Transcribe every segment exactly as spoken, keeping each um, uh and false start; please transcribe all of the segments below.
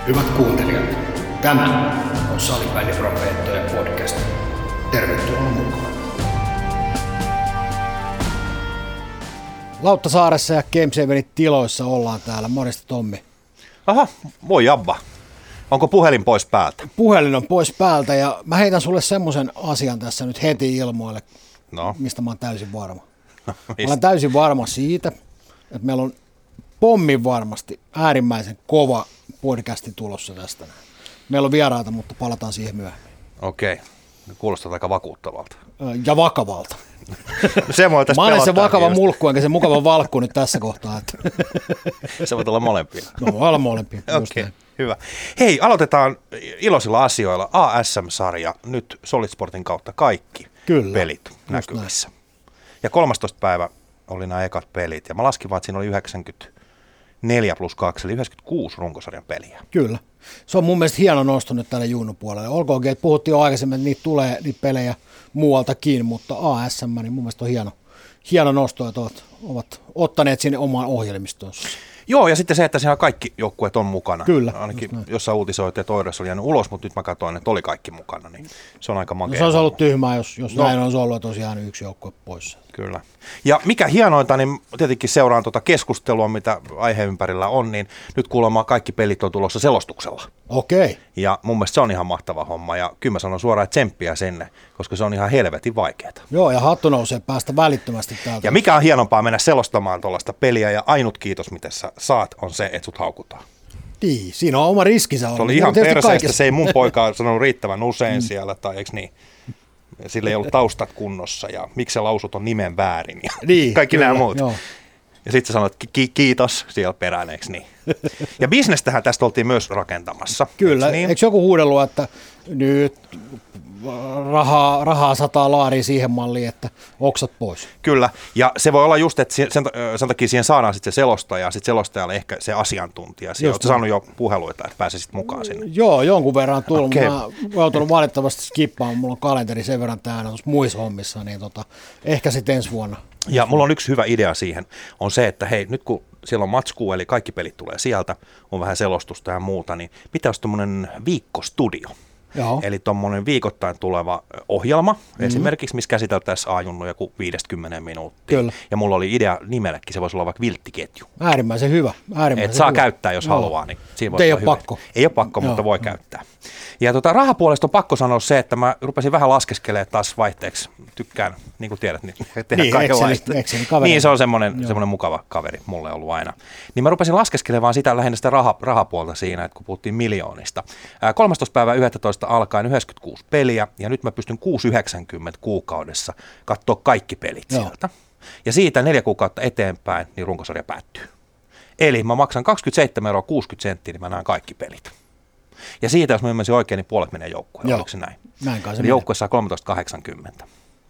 Hyvät kuuntelijat, tämä on Salibändiprofeettojen podcast. Tervetuloa mukaan. Lauttasaaressa ja Gamesaverin tiloissa ollaan täällä. Morjesta Tommi. Aha, moi Jabba. Onko puhelin pois päältä? Puhelin on pois päältä ja mä heitän sulle semmoisen asian tässä nyt heti ilmoille, No. mistä mä oon täysin varma. No, mä olen täysin varma siitä, että meillä on pommin varmasti äärimmäisen kova podcasti tulossa tästä. Meillä on vieraita, mutta palataan siihen myöhemmin. Okei, kuulostaa aika vakuuttavalta. Ja vakavalta. Se voi tässä mä olen se pelottaa vakava just. mulkku, enkä se mukava valkku nyt tässä kohtaa. Että Se voi olla molempia. no, voi olla molempia. Okei, hyvä. Hei, aloitetaan iloisilla asioilla. A S M-sarja, nyt Solid Sportin kautta kaikki Kyllä, pelit just näkyvissä. Ja kolmastoista päivä oli nämä ekat pelit, ja mä laskin vaan, että siinä oli yhdeksänkymmentäneljä plus kaksi, eli yhdeksänkymmentäkuusi runkosarjan peliä. Kyllä. Se on mun mielestä hieno nosto nyt tälle Junnu puolelle. Olkoonkin, että puhuttiin jo aikaisemmin, että niitä tulee niitä pelejä muualtakin, mutta A S M, niin mun mielestä on hieno, hieno nosto, että ovat, ovat ottaneet sinne omaan ohjelmistonsa. Joo, ja sitten se, että siellä kaikki joukkueet on mukana. Kyllä, ainakin jossain uutisoitiin, että Oilers oli jäänyt ulos, mutta nyt mä katsoin, että oli kaikki mukana, niin se on aika makea. No, se olisi ollut tyhmää, jos, jos No. näin olisi ollut, että olisi jäänyt yksi joukkue pois. Kyllä. Ja mikä hienointa, niin tietenkin seuraan tuota keskustelua, mitä aiheen ympärillä on, niin nyt kuulemma kaikki pelit on tulossa selostuksella. Okei. Ja mun mielestä se on ihan mahtava homma, ja kyllä mä sanon suoraan, että tsemppiä sinne, koska se on ihan helvetin vaikeaa. Joo, ja hattu nousee päästä välittömästi täältä. Ja mikä on hienompaa mennä selostamaan tuollaista peliä, ja ainut kiitos, mitä sä saat, on se, että sut haukutaan. Niin, siinä on oma riskinsä. Se oli ihan perseestä, se ei mun poika sanonut riittävän usein siellä, tai eikö niin? Sillä ei ollut taustat kunnossa, ja miksi sä lausut on nimen väärin, ja niin, kaikki kyllä, nämä muut. Joo. Ja sitten sä sanoit ki- kiitos siellä perään, eikö niin? Ja bisnestähän tästä oltiin myös rakentamassa. Kyllä, eiks niin? eikö joku huudellut, että nyt rahaa, rahaa sataa laariin siihen malliin, että oksat pois? Kyllä, ja se voi olla just, että sen, sen takia siihen saadaan sitten se selostaja, ja sitten selostajalle ehkä se asiantuntija. Siinä oletko saanut jo puheluita, että pääsisit mukaan sinne? Joo, jonkun verran tullut. Okei. Mä oon joutunut valitettavasti skippaamaan, mulla on kalenteri sen verran täynnä tuossa muissa hommissa, niin tota, ehkä sitten ensi vuonna. Ja mulla on yksi hyvä idea siihen, on se, että hei, nyt kun siellä on matskuu, eli kaikki pelit tulee sieltä, on vähän selostusta ja muuta, niin mitä olisi tuommoinen viikkostudio? Joo. Eli tuommoinen viikoittain tuleva ohjelma, mm-hmm. esimerkiksi, missä käsiteltäisiin A-junnu joku viidestäkymmeneen minuuttia. Kyllä. Ja mulla oli idea nimellekin, se voisi olla vaikka vilttiketju. Äärimmäisen hyvä. Äärimmäisen Et saa hyvä. käyttää, jos Joo. haluaa, niin siinä Mutta ei voisi ole olla pakko. hyvä. Ei ole pakko, mutta Joo, voi joo. käyttää. Ja tota, rahapuolesta on pakko sanoa se, että mä rupesin vähän laskeskelemaan taas vaihteeksi. Tykkään, niin kuin tiedät, niin tehdä Niin, kaikenlaista. Exceli- Exceli-kaveri. Niin, se on semmoinen, semmoinen mukava kaveri mulle ollut aina. Niin mä rupesin laskeskelemaan sitä lähinnä sitä raha, rahapuolta siinä, että kun puhuttiin miljoonista. Ää, kolmastoista päivä yhdestoista alkaen yhdeksänkymmentäkuusi peliä, ja nyt mä pystyn kuusi yhdeksänkymmentä kuukaudessa katsoa kaikki pelit Joo. sieltä. Ja siitä neljä kuukautta eteenpäin, niin runkosarja päättyy. Eli mä maksan kaksikymmentäseitsemän euroa kuusikymmentä senttiä, niin mä näen kaikki pelit. Ja siitä, jos mä ymmärsin oikein, niin puolet menee joukkueelle, oliko se näin? Näin kai se Eli menee. joukkue saa kolmetoista kahdeksankymmentä.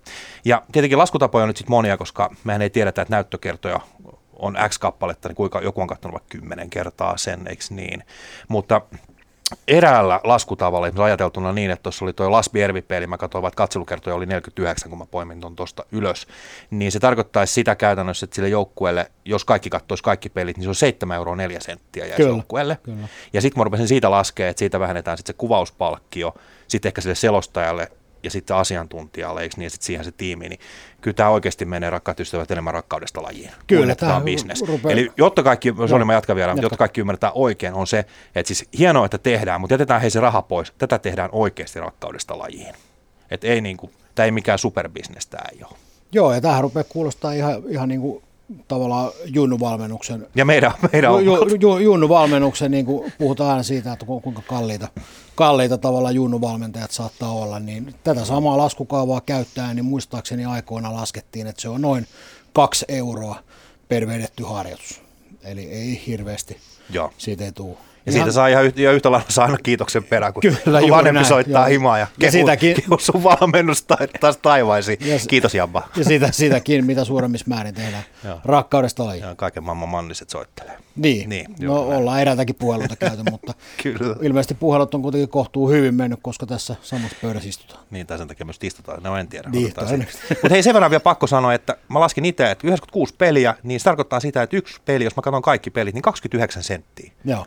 Ja tietenkin laskutapoja on nyt sitten monia, koska mehän ei tiedetä, että näyttökertoja on X kappaletta, niin kuinka joku on katsonut vaikka kymmenen kertaa sen, eikö niin? Mutta eräällä laskutavalla esimerkiksi ajateltuna niin, että tuossa oli tuo Las Biervi-peli, mä katsoin, että katselukertoja oli neljäkymmentäyhdeksän, kun mä poimin tuon tuosta ylös, niin se tarkoittaisi sitä käytännössä, että sille joukkueelle, jos kaikki katsoisi kaikki pelit, niin se on seitsemän euroa neljä senttiä jäisi Kyllä, joukkueelle. kyllä. Ja sitten mä rupesin siitä laskemaan, että siitä vähennetään sitten se kuvauspalkkio, sitten ehkä sille selostajalle ja sitten asiantuntijalle, eikö niin, ja sitten siihen se tiimi, niin kyllä tämä oikeasti menee, rakkaat ystävät, enemmän rakkaudesta lajiin. Kyllä, tämä on tää bisnes. rupeaa- Eli jotta kaikki, sori mä jatkan vielä, Jatka. jotta kaikki ymmärretään oikein, on se, että siis hienoa, että tehdään, mutta jätetään hei se raha pois. Tätä tehdään oikeasti rakkaudesta lajiin. Että ei niinku, tämä ei mikään superbisnes, tämä ei ole. Joo, ja tämähän rupeaa kuulostaa ihan, ihan niin kuin tavallaan junnuvalmennuksen. Ja meidän, meidän on... Ju, ju, junnuvalmennuksen, niin kuin puhutaan aina siitä, että ku- kuinka kalliita, kalliita tavallaan junnuvalmentajat saattaa olla, niin tätä samaa laskukaavaa käyttäen, niin muistaakseni aikoina laskettiin, että se on noin kaksi euroa per vedetty harjoitus. Eli ei hirveästi, Joo. siitä ei tule. Ja siitä saa ihan yhtä, yhtä lailla saa aina kiitoksen perään, kun, Kyllä, kun juuri vanhempi näin, soittaa joo. himaa ja, Ja kehu, sitäkin- kehu sun valmennusta taas taivaisiin. Ja s- Kiitos Jabba. Ja sitä, sitäkin, mitä suuremmissa määrin tehdään Joo. rakkaudesta lajiin. Ja kaiken maailman manniset soittelee. Niin, Niin, no juuri näin. ollaan eräältäkin puheluita käyty, mutta Kyllä. ilmeisesti puhelut on kuitenkin kohtuu hyvin mennyt, koska tässä samassa pöydässä istutaan. Niin, tai sen takia myös istutaan. No en tiedä. Niin, todennäköisesti. Mutta hei, sen verran vielä pakko sanoa, että mä laskin itse, että yhdeksänkymmentäkuusi peliä, niin se tarkoittaa sitä, että yksi peli, jos mä katson kaikki pelit, niin kaksikymmentäyhdeksän senttiä Joo. maksaa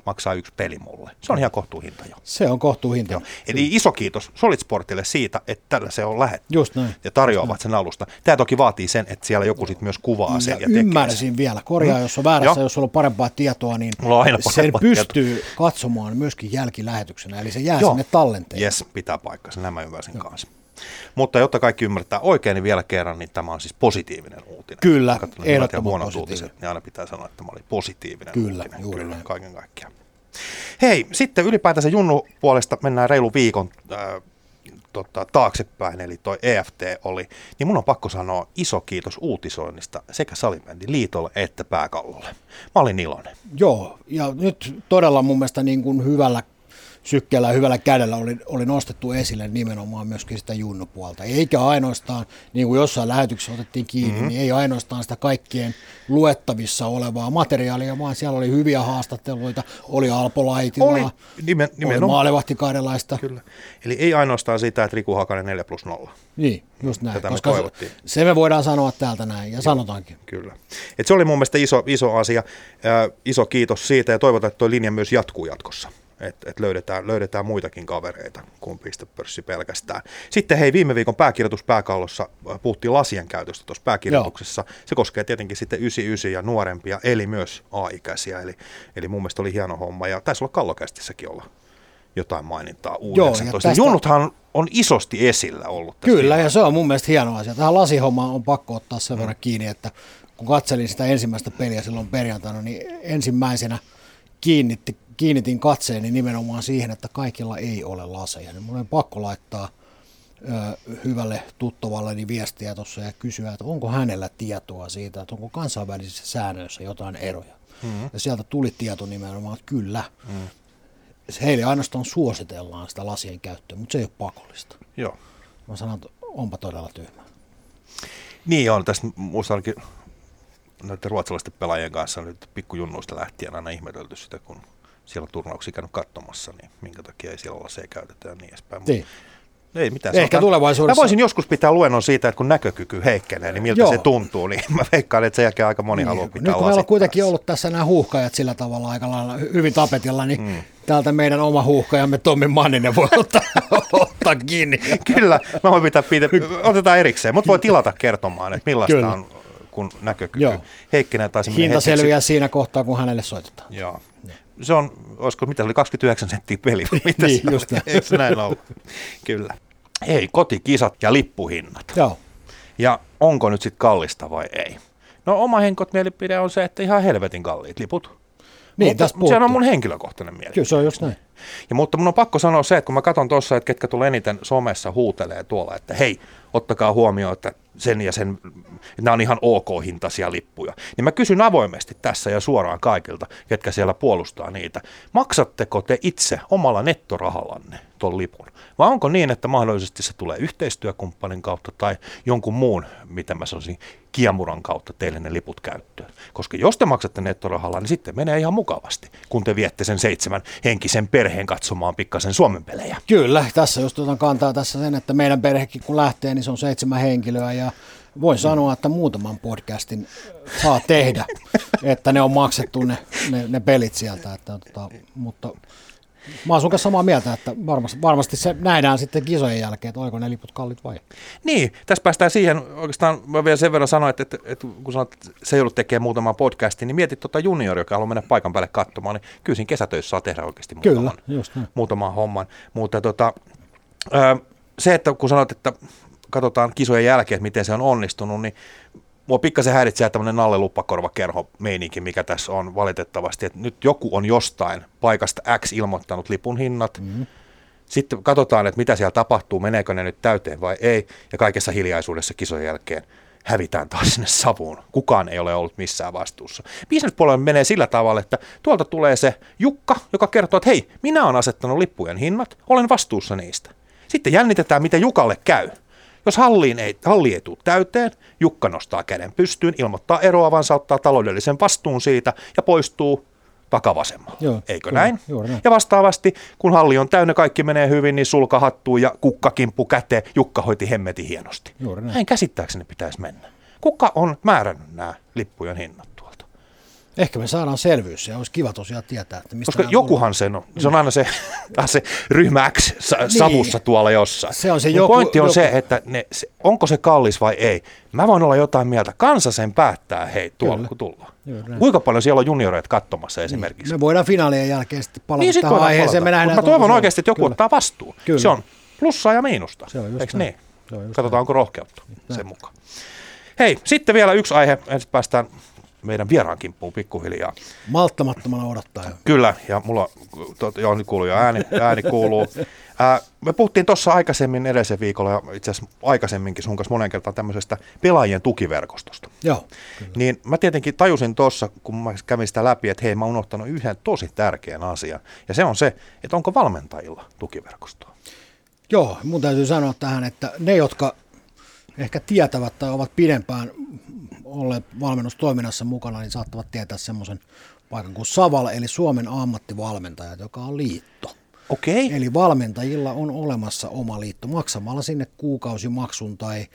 yksi peli mulle. Se on ihan kohtuuhinta jo. Se on kohtuuhinta. Eli iso kiitos Solid Sportille siitä, että tällä se on lähetty. Just näin. Ja tarjoavat sen alusta. Tämä toki vaatii sen, että siellä joku sitten myös kuvaa sen ja, ja ymmärsin sen. vielä, korjaa jos on väärässä, jos sulla on parempaa tietoa, niin sen pystyy tietoa. katsomaan myöskin jälkilähetyksenä, eli se jää Joo. sinne tallenteen. Jes, pitää paikkansa, nämä ymmärsin Joo. kanssa. Mutta jotta kaikki ymmärtää oikein, niin vielä kerran, niin tämä on siis positiivinen uutinen. Kyllä, ehdottoman positiivinen. Uutiset, niin aina pitää sanoa, että tämä oli positiivinen Kyllä, uutinen. juuri Kyllä, näin. kaiken kaikkiaan. Hei, sitten ylipäätänsä Junnu puolesta mennään reilu viikon äh, tota, taaksepäin, eli toi E F T oli, niin mun on pakko sanoa iso kiitos uutisoinnista sekä Salibändin liitolle että Pääkallolle. Mä olin iloinen. Joo, ja nyt todella mun mielestä niin kuin hyvällä sykkeellä ja hyvällä kädellä oli, oli nostettu esille nimenomaan myöskin sitä junnupuolta. Eikä ainoastaan, niin kuin jossain lähetyksessä otettiin kiinni, mm-hmm. niin ei ainoastaan sitä kaikkien luettavissa olevaa materiaalia, vaan siellä oli hyviä haastatteluita, oli Alpo Laitilaa, oli, nimen, oli Maalevahti Karjalaista. Kyllä. Eli ei ainoastaan sitä, että Riku Hakanen neljä plus nolla. Niin, just näin, Tätä koska se, se me voidaan sanoa täältä näin, ja Joo, sanotaankin. Kyllä. Et se oli mun mielestä iso, iso asia, äh, iso kiitos siitä, ja toivotaan, että tuo linja myös jatkuu jatkossa. Että et löydetään, löydetään muitakin kavereita kuin pistepörssi pelkästään. Sitten hei, viime viikon pääkirjoitus Pääkallossa puhuttiin lasien käytöstä tuossa pääkirjoituksessa. Joo. Se koskee tietenkin sitten yhdeksänkymmentäyhdeksän ja nuorempia, eli myös A-ikäisiä. Eli, eli mun mielestä oli hieno homma, ja taisi olla Kallokästissäkin olla jotain mainintaa U yhdeksäntoista. Tästä... Junnuthan on isosti esillä ollut. Kyllä, ja se on mun mielestä hieno asia. Tähän lasihommaan on pakko ottaa sen mm. verran kiinni, että kun katselin sitä ensimmäistä peliä silloin perjantaina, niin ensimmäisenä kiinnitti kiinnitin katseeni nimenomaan siihen, että kaikilla ei ole laseja. Niin mun on pakko laittaa ö, hyvälle tuttavalleni viestiä tuossa ja kysyä, että onko hänellä tietoa siitä, että onko kansainvälisissä säännöissä jotain eroja. Mm-hmm. Ja sieltä tuli tieto nimenomaan, että kyllä. Mm. Heille ainoastaan suositellaan sitä lasien käyttöä, mutta se ei ole pakollista. Joo. Mä sanon, että onpa todella tyhmä. Niin on, tästä muista ainakin noiden ruotsalaisten pelaajien kanssa nyt pikkujunnuista lähtien aina ihmetelty sitä, kun siellä on turnauksia käynyt katsomassa, niin minkä takia ei siellä laseja käytetä ja niin edespäin. Niin. Ei mitään. Ehkä tulevaisuudessa. Mä voisin joskus pitää luennon siitä, että kun näkökyky heikkenee, niin miltä Joo. se tuntuu, niin mä veikkaan, että sen jälkeen aika moni niin, haluaa pitää nyt kun meillä on kuitenkin ollut tässä nämä huuhkajat sillä tavalla aika lailla hyvin tapetilla, niin mm. täältä meidän oma huuhkajamme Tommi Manninen voi ottaa, ottaa kiinni. Kyllä, mä voin pitää, pitää otetaan erikseen, mutta voi tilata kertomaan, että millaista Kyllä. on, kun näkökyky Joo. heikkenee. Hinta selviää siinä kohtaa, kun hänelle soitetaan. Joo. Se on, olisiko, mitä se oli, kaksikymmentäyhdeksän senttiä peli? Mitä niin, just näin. Eikö se näin ollut? Kyllä. Hei, kotikisat ja lippuhinnat. Joo. Ja onko nyt sitten kallista vai ei? No oma henkot mielipide on se, että ihan helvetin kalliit liput. Niin, mutta, mutta se on mun henkilökohtainen mielipide. Kyllä se on just näin. Ja, mutta mun on pakko sanoa se, että kun mä katson tuossa, että ketkä tulee eniten somessa huutelee tuolla, että hei, ottakaa huomioon, että sen ja sen, että nämä on ihan ok-hintaisia lippuja. Niin mä kysyn avoimesti tässä ja suoraan kaikilta, ketkä siellä puolustaa niitä. Maksatteko te itse omalla nettorahallanne ton lipun? Vai onko niin, että mahdollisesti se tulee yhteistyökumppanin kautta tai jonkun muun, mitä mä sanoisin, kiemuran kautta teille ne liput käyttöön? Koska jos te maksatte nettorahalla, niin sitten menee ihan mukavasti, kun te viette sen seitsemän henkisen perheen katsomaan pikkasen Suomen pelejä. Kyllä, tässä just otan kantaa tässä sen, että meidän perhekin kun lähtee, niin se on seitsemän henkilöä ja voin sanoa, että muutaman podcastin saa tehdä, että ne on maksettu ne, ne, ne pelit sieltä, että, tota, mutta mä oon sun kanssa samaa mieltä, että varmasti, varmasti se nähdään sitten kisojen jälkeen, että oliko ne liput kallit vai? Niin, tässä päästään siihen, oikeastaan mä vielä sen verran sanoin, että, että, että kun sanoit, että se joudut tekemään muutaman podcastin, niin mietit tuota junior, joka haluaa mennä paikan päälle katsomaan, niin kyllä siinä kesätöissä saa tehdä oikeasti muutaman, kyllä, just näin. muutaman homman. Mutta tota, se, että kun sanoit, että katsotaan kisojen jälkeen, että miten se on onnistunut, niin mua pikkasen häiritsee tämmöinen Nalle Luppakorva-kerho meininki, mikä tässä on valitettavasti, että nyt joku on jostain paikasta X ilmoittanut lipun hinnat. Mm-hmm. Sitten katsotaan, että mitä siellä tapahtuu, meneekö ne nyt täyteen vai ei, ja kaikessa hiljaisuudessa kisojen jälkeen hävitään taas sinne savuun. Kukaan ei ole ollut missään vastuussa. Businesspuolella menee sillä tavalla, että tuolta tulee se Jukka, joka kertoo, että hei, minä olen asettanut lippujen hinnat, olen vastuussa niistä. Sitten jännitetään, mitä Jukalle käy. Jos halliin ei, halli ei tule täyteen, Jukka nostaa käden pystyyn, ilmoittaa eroavansa, ottaa taloudellisen vastuun siitä ja poistuu takavasemmalle. Joo, eikö kyllä, näin? näin? Ja vastaavasti, kun halli on täynnä, kaikki menee hyvin, niin sulka hattuu ja kukkakimppu käteen. Jukka hoiti hemmetin hienosti. Näin. näin käsittääkseni pitäisi mennä. Kuka on määrännyt nämä lippujen hinnat tuolta? Ehkä me saadaan selvyys ja olisi kiva tosiaan tietää, että mistä koska jokuhan sen on. Se on aina se, se ryhmä X savussa niin. Tuolla jossain. Se on se joku, pointti on joku. se, että ne, se, onko se kallis vai ei. Mä voin olla jotain mieltä. Kansa sen päättää, hei, tuolla Kyllä. kun tullaan. Kyllä. Kuinka paljon siellä on junioreita katsomassa esimerkiksi? Niin. Me voidaan finaalien jälkeen sitten palata niin, tähän aiheeseen. Mä toivon oikeasti, että joku Kyllä. ottaa vastuun. Kyllä. Se on plussaa ja miinusta. Se on just Eikö näin. niin? Katsotaan, onko rohkeutta näin. Sen mukaan. Hei, sitten vielä yksi aihe. Ensin päästään meidän vieraan kimppuun pikkuhiljaa. Malttamattomana odottaa jo. Kyllä, ja mulla to, joo, nyt kuuluu jo ääni, ääni kuuluu. Ää, me puhuttiin tuossa aikaisemmin edellisen viikolla, ja itse asiassa aikaisemminkin sun kanssa monen kertaan tämmöisestä pelaajien tukiverkostosta. Joo. Kyllä. Niin mä tietenkin tajusin tuossa, kun mä kävin sitä läpi, että hei, mä oon unohtanut yhden tosi tärkeän asian, ja se on se, että onko valmentajilla tukiverkostoa? Joo, mun täytyy sanoa tähän, että ne, jotka ehkä tietävät tai ovat pidempään olleet valmennustoiminnassa mukana, niin saattavat tietää semmoisen paikan kuin Saval, eli Suomen ammattivalmentajat, joka on liitto. Okei. Eli valmentajilla on olemassa oma liitto maksamalla sinne kuukausimaksun tai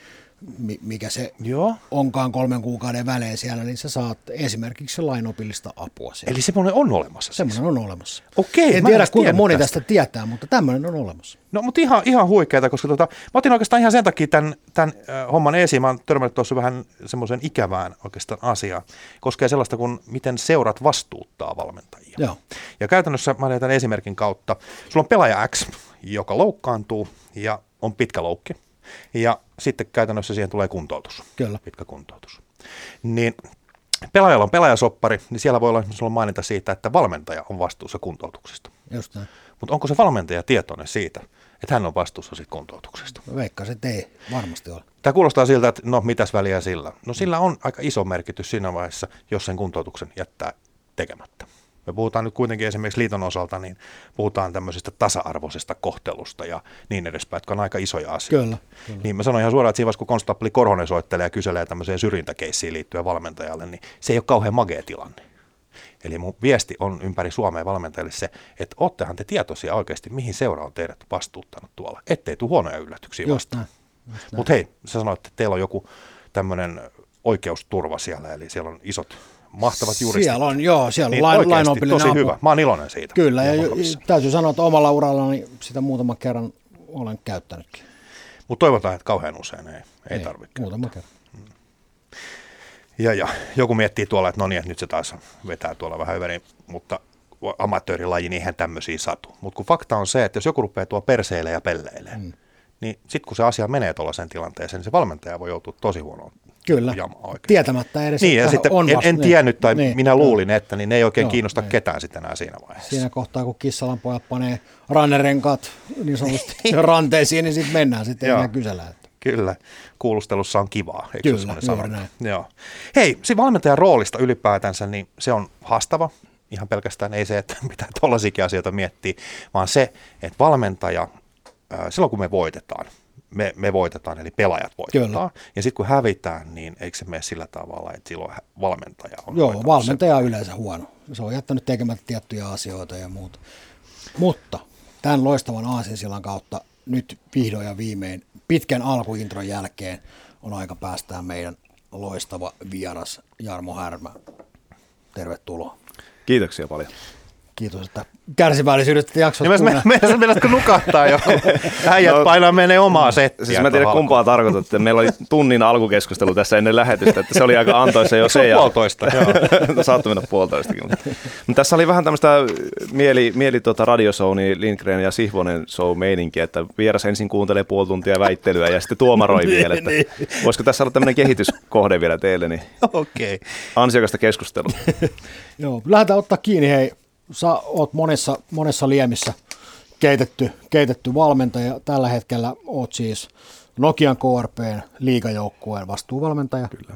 mikä se Joo. onkaan kolmen kuukauden välein siellä, niin sä saat esimerkiksi lainopillista apua siellä. Eli semmoinen on olemassa? Semmoinen on olemassa. Okei, en tiedä kuinka moni tästä tietää, mutta tämmöinen on olemassa. No mutta ihan, ihan huikeeta, koska tota, mä otin oikeastaan ihan sen takia tämän, tämän äh, homman esiin. Mä oon törmännyt tuossa vähän semmoisen ikävään oikeastaan asiaan. Koskee sellaista kuin miten seurat vastuuttaa valmentajia. Joo. Ja käytännössä mä näytän esimerkin kautta. Sulla on pelaaja X, joka loukkaantuu ja on pitkä loukki. Ja sitten käytännössä siihen tulee kuntoutus. Kyllä. Pitkä kuntoutus. Niin pelaajalla on pelaajasoppari, niin siellä voi olla sulla mainita siitä, että valmentaja on vastuussa kuntoutuksesta. Just näin. Mutta onko se valmentaja tietoinen siitä, että hän on vastuussa siitä kuntoutuksesta? Veikkaan, että ei varmasti ole. Tämä kuulostaa siltä, että no mitäs väliä sillä? No sillä on aika iso merkitys siinä vaiheessa, jos sen kuntoutuksen jättää tekemättä. Me puhutaan nyt kuitenkin esimerkiksi liiton osalta, niin puhutaan tämmöisestä tasa-arvoisesta kohtelusta ja niin edespäin, jotka on aika isoja asioita. Kyllä, kyllä. Niin mä sanoin ihan suoraan, että siinä vaiheessa, kun konstaapeli Korhonen soittelee ja kyselee tämmöiseen syrjintäkeissiin liittyen valmentajalle, niin se ei ole kauhean magea tilanne. Eli mun viesti on ympäri Suomea valmentajille se, että oottehan te tietoisia oikeasti, mihin seura on teidät vastuuttanut tuolla, ettei tule huonoja yllätyksiä vastaan. Mutta hei, sä sanoit, että teillä on joku tämmöinen oikeusturva siellä, eli siellä on isot mahtavat juristit. Siellä on, joo, siellä on niin lain, lainopillinen tosi apu. hyvä. Mä oon iloinen siitä. Kyllä, ja, ja täytyy sanoa, että omalla urallani sitä muutaman kerran olen käyttänytkin. Mutta toivotaan, että kauhean usein ei, ei, ei tarvitse. Muutama kerran. Ja, ja joku miettii tuolla, että no niin, että nyt se taas vetää tuolla vähän överiin, mutta amatöörilaji, niin eihän tämmöisiä satu. Mutta kun fakta on se, että jos joku rupeaa tuolla perseilee ja pelleilee, mm. niin sitten kun se asia menee tuollaiseen tilanteeseen, niin se valmentaja voi joutua tosi huonoon. Kyllä, tietämättä edes, niin, ja sitten on en, vasta, en tiennyt tai niin, minä luulin, että niin ne ei oikein joo, kiinnosta niin. ketään sitten enää siinä vaiheessa. Siinä kohtaa, kun Kissalan pojat panee rannerenkaat niin sanotusti ranteisiin, niin sitten mennään, sitten ei enää kysellä. Että. Kyllä, kuulustelussa on kivaa, eikö Kyllä, se juuri näin. Joo. Hei, se valmentajan roolista ylipäätänsä, niin se on haastava. Ihan pelkästään ei se, että mitä tollaisiakin asioita miettii, vaan se, että valmentaja, silloin kun me voitetaan, me, me voitetaan, eli pelaajat voitetaan. Kyllä. Ja sitten kun hävitään, niin eikö se mene sillä tavalla, että silloin valmentaja on Joo, valmentaja on yleensä huono. Se on jättänyt tekemättä tiettyjä asioita ja muuta. Mutta tämän loistavan aasinsillan kautta nyt vihdoin ja viimein pitkän alkuintron jälkeen on aika päästään meidän loistava vieras Jarmo Härmä. Tervetuloa. Kiitoksia paljon. Kiitos, että kärsivällisyydestä jaksot kuunnella. Meidän mielestä nukahtaa jo. Äijät no, painaa menee omaa settiä. Siis mä en tiedä kumpaa tarkoitatte. Meillä oli tunnin alkukeskustelu tässä ennen lähetystä, että se oli aika antoisa jo se. Se on puolitoista. No, saattoi mennä puolitoistakin. Mutta. Mutta tässä oli vähän tämmöistä mieli, mieli tuota radioshow, niin Lindgren ja Sihvonen show meininkiä, että vieras ensin kuuntelee puoli tuntia väittelyä ja sitten tuomaroi vielä. Että voisiko tässä olla tämmöinen kehityskohde vielä teille? Niin okei. Okay. Ansiokasta keskustelua. Joo, lähdetään ottaa kiinni, hei. Sä oot monessa, monessa liemissä keitetty, keitetty valmentaja. Tällä hetkellä oot siis Nokian K R P:n liigajoukkueen vastuuvalmentaja. Kyllä.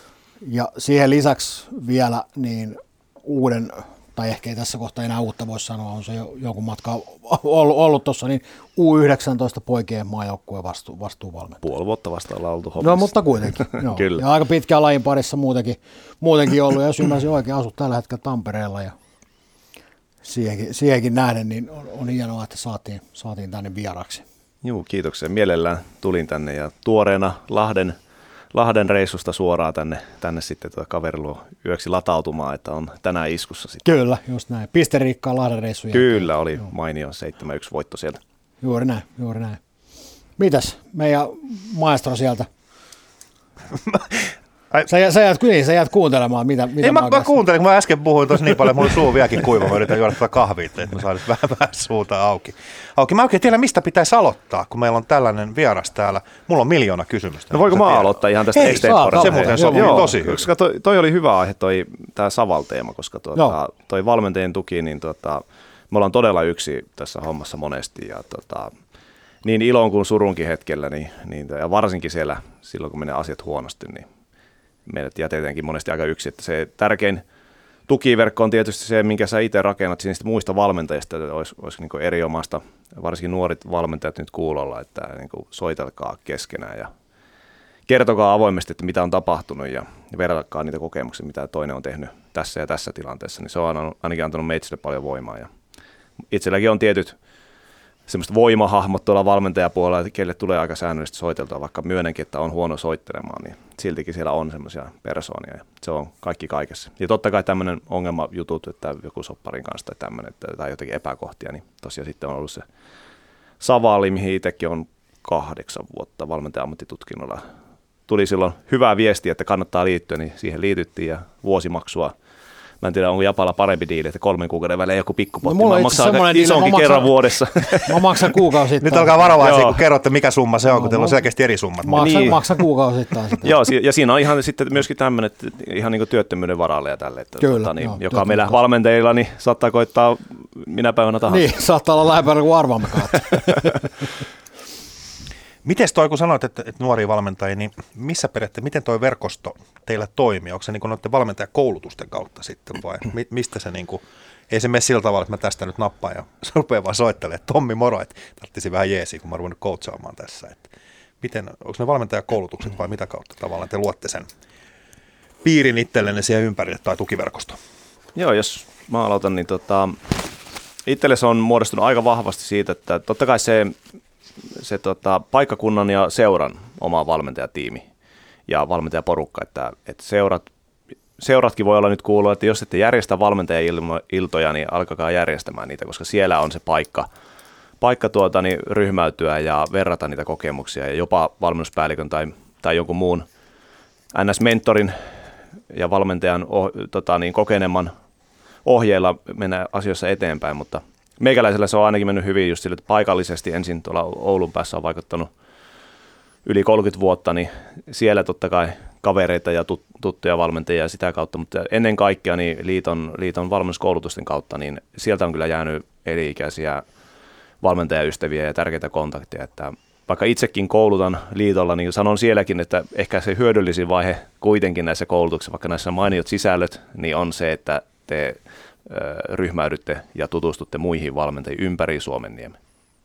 Ja siihen lisäksi vielä niin uuden, tai ehkä ei tässä kohtaa enää uutta voi sanoa, on se jo, jonkun matka ollut, ollut tuossa, niin U yhdeksäntoista poikien maajoukkueen vastu, vastuuvalmentaja. Puoli vuotta vasta ollaan oltu hommassa. No mutta kuitenkin. Joo. Kyllä. Ja aika pitkään lajin parissa muutenkin, muutenkin ollut, ja jos ymmärsin oikein, asut tällä hetkellä Tampereella ja Siihenkin, siihenkin nähden, niin on, on hienoa, että saatiin, saatiin tänne vieraksi. Joo, kiitoksia. Mielellään tulin tänne ja tuoreena Lahden, Lahden reissusta suoraan tänne, tänne sitten tuota kaveriluo yöksi latautumaan, että on tänään iskussa sitten. Kyllä, just näin. Pisteriikkaa Lahden reissuja. Kyllä, oli Joo. mainio seitsemän yksi voitto sieltä. Juuri näin, juuri näin. Mitäs meidän maestro sieltä? Sä, sä, jäät, niin, sä jäät kuuntelemaan, mitä, mitä Ei, mä, mä, mä kuuntelin, kun mä äsken puhuin tuossa niin paljon, että mulla oli suu vieläkin kuiva, mä yritän juoda tätä kahvia, että mä saan vähän, vähän suuta auki. auki. Mä oikein tiedän, mistä pitäisi aloittaa, kun meillä on tällainen vieras täällä. Mulla on miljoona kysymystä. No voiko mä tiedän? aloittaa ihan tästä extemporesta? Se muuten sopii tosi hyvin. Koska toi, toi oli hyvä aihe, toi, tämä Saval-teema, koska tuota, toi valmentajien tuki, niin tuota, me ollaan todella yksi tässä hommassa monesti. Ja tuota, niin ilon kuin surunkin hetkellä, niin, niin, ja varsinkin siellä silloin, kun menee asiat huonosti, niin meidät jätetäänkin monesti aika yksi. Että se tärkein tukiverkko on tietysti se, minkä sä itse rakennat niistä muista valmentajista, että olisi, olisi niin kuin eri omasta, varsinkin nuoret valmentajat nyt kuulolla, että niin kuin soitelkaa keskenään ja kertokaa avoimesti, että mitä on tapahtunut ja verratkaa niitä kokemuksia, mitä toinen on tehnyt tässä ja tässä tilanteessa. Niin se on ainakin antanut meitsille paljon voimaa. Ja itselläkin on tietyt semmoista voimahahmot tuolla valmentajapuolella, että kelle tulee aika säännöllisesti soiteltua, vaikka myönnänkin, että on huono soittelemaan, niin siltikin siellä on semmoisia persoonia ja se on kaikki kaikessa. Ja totta kai tämmöinen ongelmajutut, että joku sopparin kanssa tai tämmöinen, tai jotenkin epäkohtia, niin tosiaan sitten on ollut se Savali, mihin itsekin on kahdeksan vuotta valmentaja-ammattitutkinnolla. Tuli silloin hyvää viestiä, että kannattaa liittyä, niin siihen liityttiin ja vuosimaksua. Mä en tiedä, onko Japalla parempi diili, että kolmen kuukauden välein joku pikkupotti. No, mä maksan aika isonkin maksan, kerran vuodessa. Mä maksan kuukausittain. Nyt alkaa varovaisia, kun kerrotte, mikä summa se on, no, kun teillä on selkeästi eri summat. Maksan, niin. maksan kuukausittain sitä. Joo, ja siinä on ihan sitten myöskin tämmöinen, että ihan niin kuin työttömyyden varalle ja tälle. Että, Kyllä, tota, niin, joo, joka meillä valmentajilla niin saattaa koittaa minä päivänä tahansa. Niin, saattaa olla lähempänä kuin arvaammekaan. Miten toi, kun sanoit, että, että nuoria valmentajia, niin missä periaatteessa, miten toi verkosto teillä toimii? Onko se niin kuin noiden valmentajakoulutusten kautta sitten vai mi, mistä se niin kuin, ei se mene sillä tavalla, että mä tästä nyt nappaan ja se rupeaa vaan soittelemaan, Tommi moro, että tarvitsisi vähän jeesiä, kun mä oon ruvennut coachaamaan tässä. Että miten, onko ne valmentajakoulutukset vai mitä kautta tavallaan te luotte sen piirin itsellenne siihen ympärille tai tukiverkosto? Joo, jos mä aloitan, niin tota, itselle se on muodostunut aika vahvasti siitä, että totta kai se se tota, paikkakunnan ja seuran oma valmentajatiimi ja valmentajaporukka, että, että seurat, seuratkin voi olla nyt kuulua, että jos ette järjestä valmentajailtoja, niin alkakaa järjestämään niitä, koska siellä on se paikka, paikka tuota, niin ryhmäytyä ja verrata niitä kokemuksia ja jopa valmennuspäällikön tai, tai jonkun muun N S-mentorin ja valmentajan oh, tota, niin kokeneemman ohjeilla mennä asioissa eteenpäin, mutta meikäläisellä se on ainakin mennyt hyvin just sille, että paikallisesti ensin tuolla Oulun päässä on vaikuttanut yli kolmekymmentä vuotta, niin siellä totta kai kavereita ja tuttuja valmentajia ja sitä kautta, mutta ennen kaikkea niin liiton, liiton valmennuskoulutusten kautta, niin sieltä on kyllä jäänyt eri-ikäisiä valmentajaystäviä ja tärkeitä kontakteja, että vaikka itsekin koulutan liitolla, niin sanon sielläkin, että ehkä se hyödyllisin vaihe kuitenkin näissä koulutuksissa, vaikka näissä mainiot sisällöt, niin on se, että te ryhmäydytte ja tutustutte muihin valmentajiin ympäri Suomenniemen.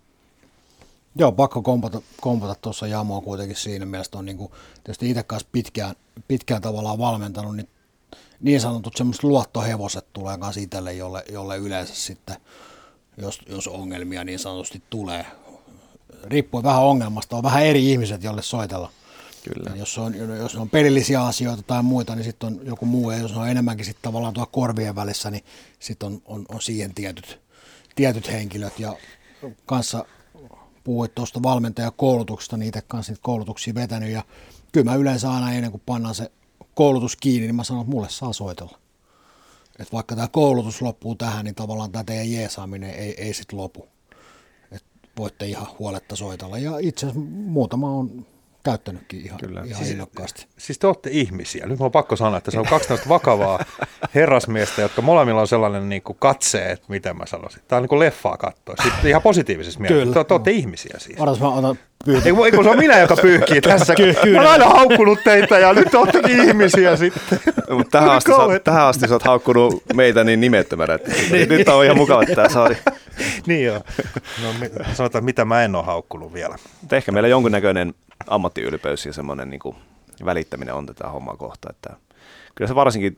Joo, pakko kompata, kompata tuossa Jamoa kuitenkin siinä mielessä, on niin kuin, tietysti itse kanssa pitkään, pitkään tavallaan valmentanut, niin, niin sanotut semmoiset luottohevoset tulee kanssa itselle, jolle, jolle yleensä sitten, jos, jos ongelmia niin sanotusti tulee, riippuu vähän ongelmasta, on vähän eri ihmiset, jolle soitella. Kyllä. Jos on, jos on pelillisiä asioita tai muita, niin sitten on joku muu, ja jos on enemmänkin sitten tavallaan tuolla korvien välissä, niin sitten on, on, on siihen tietyt, tietyt henkilöt. Ja kanssa puhuit tuosta valmentajakoulutuksesta, niin itse kanssa niitä koulutuksia vetänyt, ja kyllä mä yleensä aina ennen kuin pannaan se koulutus kiinni, niin mä sanon, että mulle saa soitella. Että vaikka tämä koulutus loppuu tähän, niin tavallaan tämä teidän jeesaaminen ei, ei sitten lopu. Et voitte ihan huoletta soitella, ja itse asiassa muutama on käyttänytkin ihan, ihan siis, innokkaasti. Siis te olette ihmisiä. Nyt mä oon pakko sanoa, että se on kaksi tämmöistä vakavaa herrasmiestä, jotka molemmilla on sellainen niin kuin katse, että miten mä sanoisin. Tämä on niin kuin leffaa katsoa. Sitten ihan positiivisessa mielessä. Te, te olette ihmisiä siis. Odotas, mä otan pyyhkiä. Ei, kun se on minä, joka pyyhkii tässä. Ky- mä oon aina haukkunut teitä ja nyt olettekin ihmisiä sitten. tähän, asti sä, tähän asti sä oot haukkunut meitä niin nimettömänä. Niin. Nyt on ihan mukava, että tämä saadi. Niin joo. No, sanotaan, mitä mä en ole haukkunut vielä. Mutta ehkä meillä jonkinnäköinen ammattiylpeys ja semmoinen niin kuin välittäminen on tätä hommaa kohta. Että kyllä se varsinkin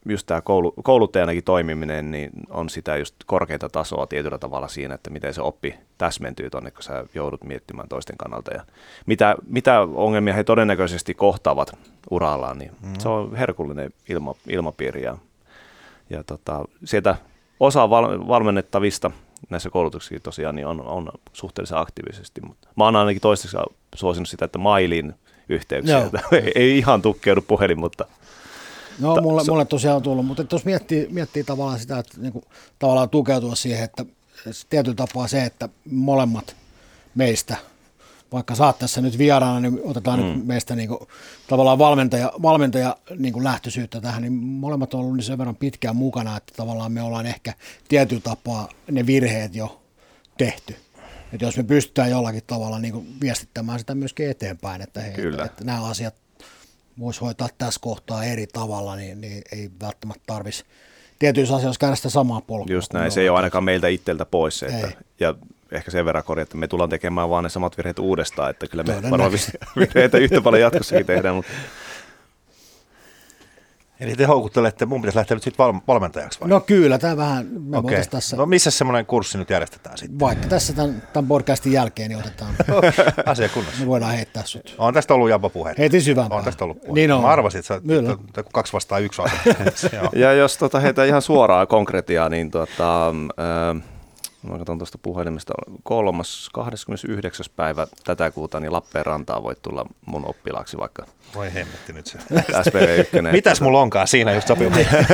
just tämä koulu, kouluttajanakin toimiminen, niin on sitä just korkeita tasoa tietyllä tavalla siinä, että miten se oppi täsmentyy tuonne, kun sä joudut miettimään toisten kannalta. Ja mitä, mitä ongelmia he todennäköisesti kohtaavat urallaan, niin mm. se on herkullinen ilma, ilmapiiri. Ja, ja tota, sieltä osa val, valmennettavista näissä koulutuksissa tosiaan niin on, on suhteellisen aktiivisesti. Mutta mä oon ainakin toistaiseksi suosinut sitä, että mailin yhteyksiä. Ei ihan tukkeudu puhelin, mutta... No ta, mulle, so, mulle tosiaan on tullut, mutta jos miettii, miettii tavallaan sitä, että niin kuin, tavallaan tukeutua siihen, että tietyllä tapaa se, että molemmat meistä, vaikka sä oot tässä nyt vieraana, niin otetaan mm. nyt meistä niin kuin, tavallaan valmentaja, valmentaja niin kuin lähtöisyyttä tähän, niin molemmat on ollut niin sen verran pitkään mukana, että tavallaan me ollaan ehkä tietyllä tapaa ne virheet jo tehty. Että jos me pystytään jollakin tavalla niin kuin viestittämään sitä myöskin eteenpäin, että, hei, että, että nämä asiat voisi hoitaa tässä kohtaa eri tavalla, niin, niin ei välttämättä tarvitsisi tietyissä asioissa käydä sitä samaa polkua. Just näin, se ei ole ainakaan meiltä itseltä pois. Että, ja ehkä sen verran korjaa, että me tullaan tekemään vaan ne samat virheet uudestaan, että kyllä me varmaan virheitä yhtä paljon jatkossakin tehdään. Mutta... Eli te houkuttelette, mun pitäisi lähteä nyt sitten val- valmentajaksi vai? No kyllä, tämä vähän, me okay. tässä... No missä semmoinen kurssi nyt järjestetään sitten? Vaikka tässä tämän, tämän podcastin jälkeen niin otetaan. Asia kunnossa. Me voidaan heittää sut. On tästä ollut Jabba puhetta. Heitin syvään On tästä ollut puhetta. Niin on. Mä arvasin, että sä et, kaksi vastaan yksi on. Ja jos tota, heitä ihan suoraan konkretiaa, niin tota, äh, mä katson tuosta puhelimesta, kolmas, kahdeskymmenesyhdeksäs päivä tätä kuuta, niin Lappeenrantaan voit tulla mun oppilaaksi vaikka. Voi hemmetti nyt se. S P V yksi. Mitäs mulla onkaan siinä just sopii?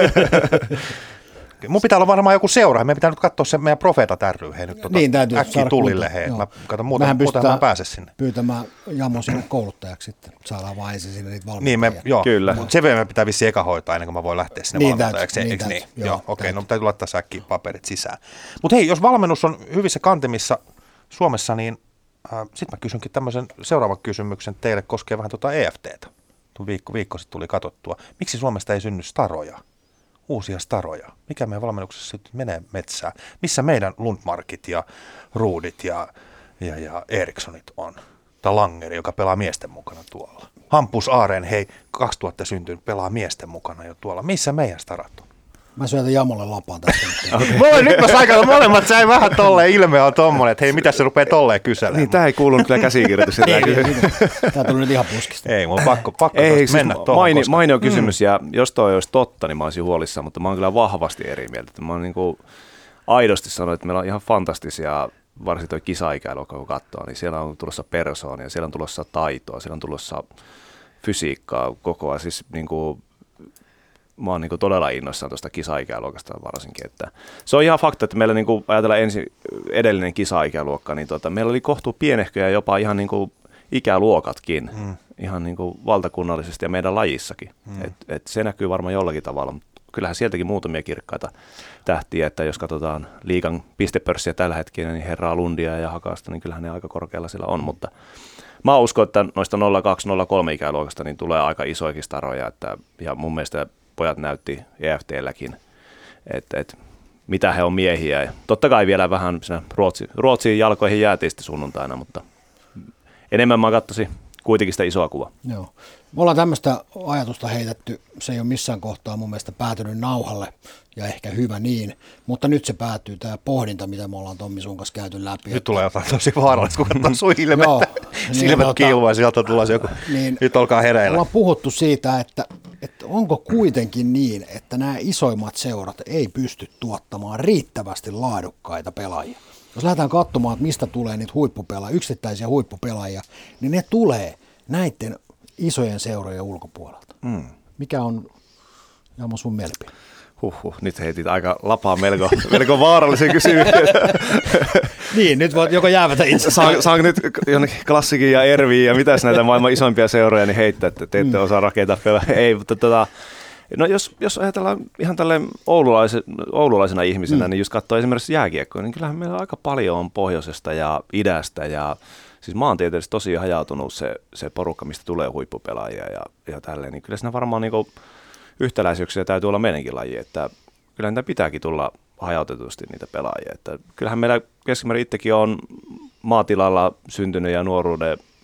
Mun pitää olla varmaan joku seura. Meidän pitää nyt katsoa se meidän Profeetat ry. Hei nyt tota, niin, äkkiä tullille. Hei. Mä katson muuten, muuten mä pääsen sinne. Pyytämään Jamo sinne kouluttajaksi sitten. Saadaan vaan ensin sinne niitä valmentajia. Niin, me, joo. Kyllä. Mutta se meidän pitää vissiin eka hoitaa ennen kuin mä voin lähteä sinne niin valmentajaksi. Niin Eikö niin? Joo, joo okei. Okay. No täytyy laittaa äkkiä paperit sisään. Mutta hei, jos valmennus on hyvissä kantimissa Suomessa, niin äh, sitten mä kysynkin tämmöisen seuraavan kysymyksen teille koskee vähän tuota E F T:tä. Viikko, viikko sitten tuli katsottua. Miksi Suomesta ei synny staroja? Uusia staroja. Mikä meidän valmennuksessa sitten menee metsään? Missä meidän Lundmarkit ja Ruudit ja, ja, ja Erikssonit on? Tai Langeri, joka pelaa miesten mukana tuolla. Hampus Aaren, hei, kaksituhatta syntynyt, pelaa miesten mukana jo tuolla. Missä meidän starat on? Mä syötän Jamolle lapaan tästä. Okay. Voi, nyt mä sain molemmat, sai vähän tolleen, ilme on tommonen, että hei, mitä se rupeaa tolleen kyselemään. Niin, tää ei kuulunut kyllä käsikirjoitus. Tää tuli nyt ihan puskista. Ei, mun pakko, pakko ei, siis mennä tuohon. Maini, koska... mainio kysymys, mm. ja jos toi olisi totta, niin mä olisin huolissaan, mutta mä oon kyllä vahvasti eri mieltä. Mä oon niin kuin aidosti sanonut, että meillä on ihan fantastisia, varsinkin toi kisa-ikäluokka, kun katsoo, niin siellä on tulossa persoonia, siellä on tulossa taitoa, siellä on tulossa fysiikkaa koko ajan, siis niin kuin mä oon niin todella innoissaan tuosta kisa-ikäluokasta varsinkin. Että se on ihan fakta, että meillä niin kuin ajatellaan ensin edellinen kisa-ikäluokka, niin tota, meillä oli kohtuu pienehköjä jopa ihan niin kuin ikäluokatkin, mm. ihan niin kuin valtakunnallisesti ja meidän lajissakin. Mm. Et, et se näkyy varmaan jollakin tavalla. Kyllähän sieltäkin muutamia kirkkaita tähtiä, että jos katsotaan liigan pistepörssiä tällä hetkellä, niin Herraa, Lundia ja Hakasta, niin kyllähän ne aika korkealla sillä on, mutta mä uskon, että noista nolla kaksi nolla kolme ikäluokasta niin tulee aika isoikin staroja, että, ja mun mielestä pojat näytti E F T:lläkin, että et, mitä he on miehiä. Ja totta kai vielä vähän Ruotsi, Ruotsiin jalkoihin jäätiin sitten sunnuntaina, mutta enemmän mä katsoisin kuitenkin sitä isoa kuvaa. Joo. Me ollaan tämmöistä ajatusta heitetty, se ei ole missään kohtaa mun mielestä päätynyt nauhalle, ja ehkä hyvä niin, mutta nyt se päätyy, tämä pohdinta, mitä me ollaan Tommi sun kanssa käyty läpi. Nyt että... tulee jotain tosi vaarallista, kun katsoo sun ilmettä. Joo, silmät niin, kiiluu ja sieltä tulee joku, niin, nyt olkaa hereillä. Ollaan puhuttu siitä, että, että onko kuitenkin niin, että nämä isoimmat seurat ei pysty tuottamaan riittävästi laadukkaita pelaajia. Jos lähdetään katsomaan, että mistä tulee niitä huippupelaajia, yksittäisiä huippupelaajia, niin ne tulee näiden isojen seurojen ulkopuolelta. Mm. Mikä on, Jamo, sun mielipide? Huhhuh, nyt heitit aika lapaa melko, melko vaarallisen kysymyksen. Niin, nyt voit joko jäävätä itse. Saanko saan nyt jonnekin Klassikin ja Erviin ja mitäs näitä maailman isoimpia seuroja niin heittää, että te ette mm. osaa rakentaa pelaa. Ei, mutta tota, no jos, jos ajatellaan ihan tälleen oululaisen, oululaisena ihmisenä, mm. niin just katsoo esimerkiksi jääkiekkoa, niin kyllähän meillä aika paljon on pohjoisesta ja idästä ja siis maantieteellisesti tosi hajautunut se, se porukka, mistä tulee huippupelaajia ja, ja tälleen, niin kyllä siinä varmaan niinku yhtäläisyyksiä täytyy olla meidänkin laji, että kyllä niitä pitääkin tulla hajautetusti niitä pelaajia, että kyllähän meillä keskimäärin itsekin on maatilalla syntynyt ja nuoruuden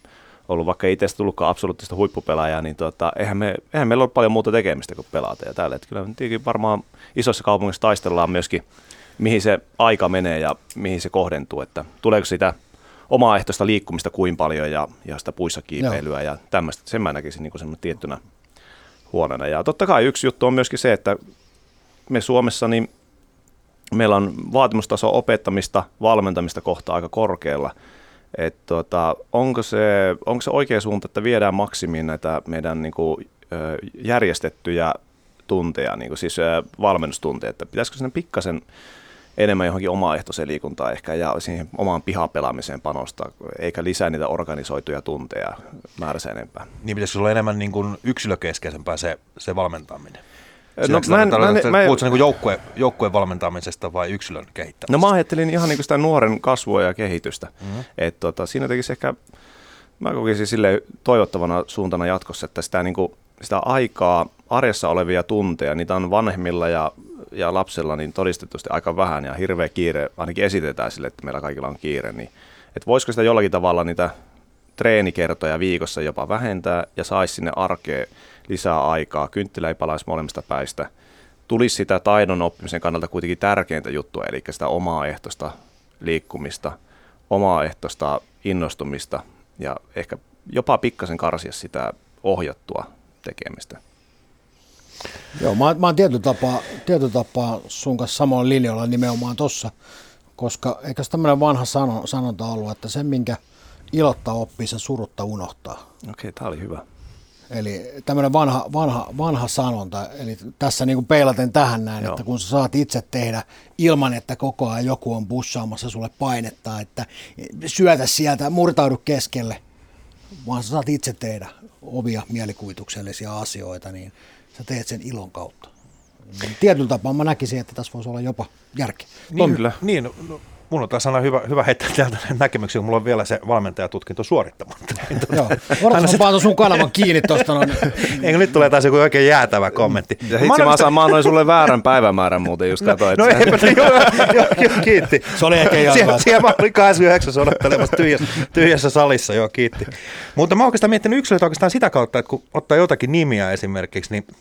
ollut, vaikka ei itse tullutkaan absoluuttista huippupelaajaa, niin tota, eihän, me, eihän meillä ole paljon muuta tekemistä kuin pelata. Ja tällä hetkellä varmaan isossa kaupungissa taistellaan myöskin, mihin se aika menee ja mihin se kohdentuu, että tuleeko sitä omaehtoista liikkumista kuin paljon ja, ja sitä puissa kiipeilyä ja tämmöistä. Sen mä näkisin niin semmoinen tiettynä huonona. Ja totta kai yksi juttu on myöskin se, että me Suomessa niin meillä on vaatimustaso opettamista, valmentamista kohta aika korkealla. Et tota, onko, se, onko se oikea suunta, että viedään maksimiin näitä meidän niin kuin, järjestettyjä tunteja, niin kuin siis valmennustunteja, että pitäisikö sinne pikkasen enemmän johonkin omaehtoiseen liikuntaan ehkä ja siihen omaan pihapelaamiseen panostaa, eikä lisää niitä organisoituja tunteja määrässä enempää. Niin pitäisikö olla enemmän niin kuin yksilökeskeisempää se, se valmentaminen? No, mä en, mä en, mä en, puhutko niin joukkue, joukkueen valmentamisesta vai yksilön kehittämisestä? No mä ajattelin ihan niin kuin sitä nuoren kasvua ja kehitystä. Mm-hmm. Et tota, siinä tekisi ehkä, mä kokisin sille toivottavana suuntana jatkossa, että sitä, niin kuin, sitä aikaa, arjessa olevia tunteja, niitä on vanhemmilla ja, ja lapsilla niin todistetusti aika vähän ja hirveä kiire, ainakin esitetään sille, että meillä kaikilla on kiire. Niin, että voisiko sitä jollakin tavalla niitä treenikertoja viikossa jopa vähentää ja saisi sinne arkeen lisää aikaa, kynttilä ei palaisi molemmista päistä. Tulisi sitä taidon oppimisen kannalta kuitenkin tärkeintä juttua, eli sitä omaehtoista liikkumista, omaehtoista innostumista ja ehkä jopa pikkasen karsia sitä ohjattua tekemistä. Joo, mä, mä oon tietyllä tapaa, tietyllä tapaa sun kanssa samoin linjoilla nimenomaan tossa, koska eikä se tämmöinen vanha sano, sanonta ollut, että sen minkä ilottaa oppii, sen surutta unohtaa. Okei, tää oli hyvä. Eli tämmöinen vanha, vanha, vanha sanonta, eli tässä niin kuin peilaten tähän näin, Joo. että kun sä saat itse tehdä ilman, että koko ajan joku on bussaamassa sulle painetta, että syötä sieltä, murtaudu keskelle, vaan sä saat itse tehdä ovia mielikuvituksellisia asioita, niin sä teet sen ilon kautta. Tietyllä tapaa mä näkisin, että tässä voisi olla jopa järki. Niin, kyllä. Niin, no, mun on taas aina hyvä, hyvä heittää täältä näkemyksiä, kun mulla on vielä se valmentajatutkinto suorittamatta. Joo, odotan, mä paan sun kanavan kiinni tuosta. No. Eikö nyt tulee taas joku oikein jäätävä kommentti. Ja hitsi mä, mä, mä annoin sulle väärän päivämäärän muuten, just katsoin. No, no eipä, joo, joo, joo, kiitti. Se oli ehkä ihan Sie, siellä mä olin kahdeksankymmentäyhdeksän odottelemassa tyhjässä, tyhjässä salissa, joo, kiitti. Mutta mä oon oikeastaan miettinyt yksilöitä oikeastaan sitä kautta, että kun ottaa jotakin nimiä esimerkiksi, niin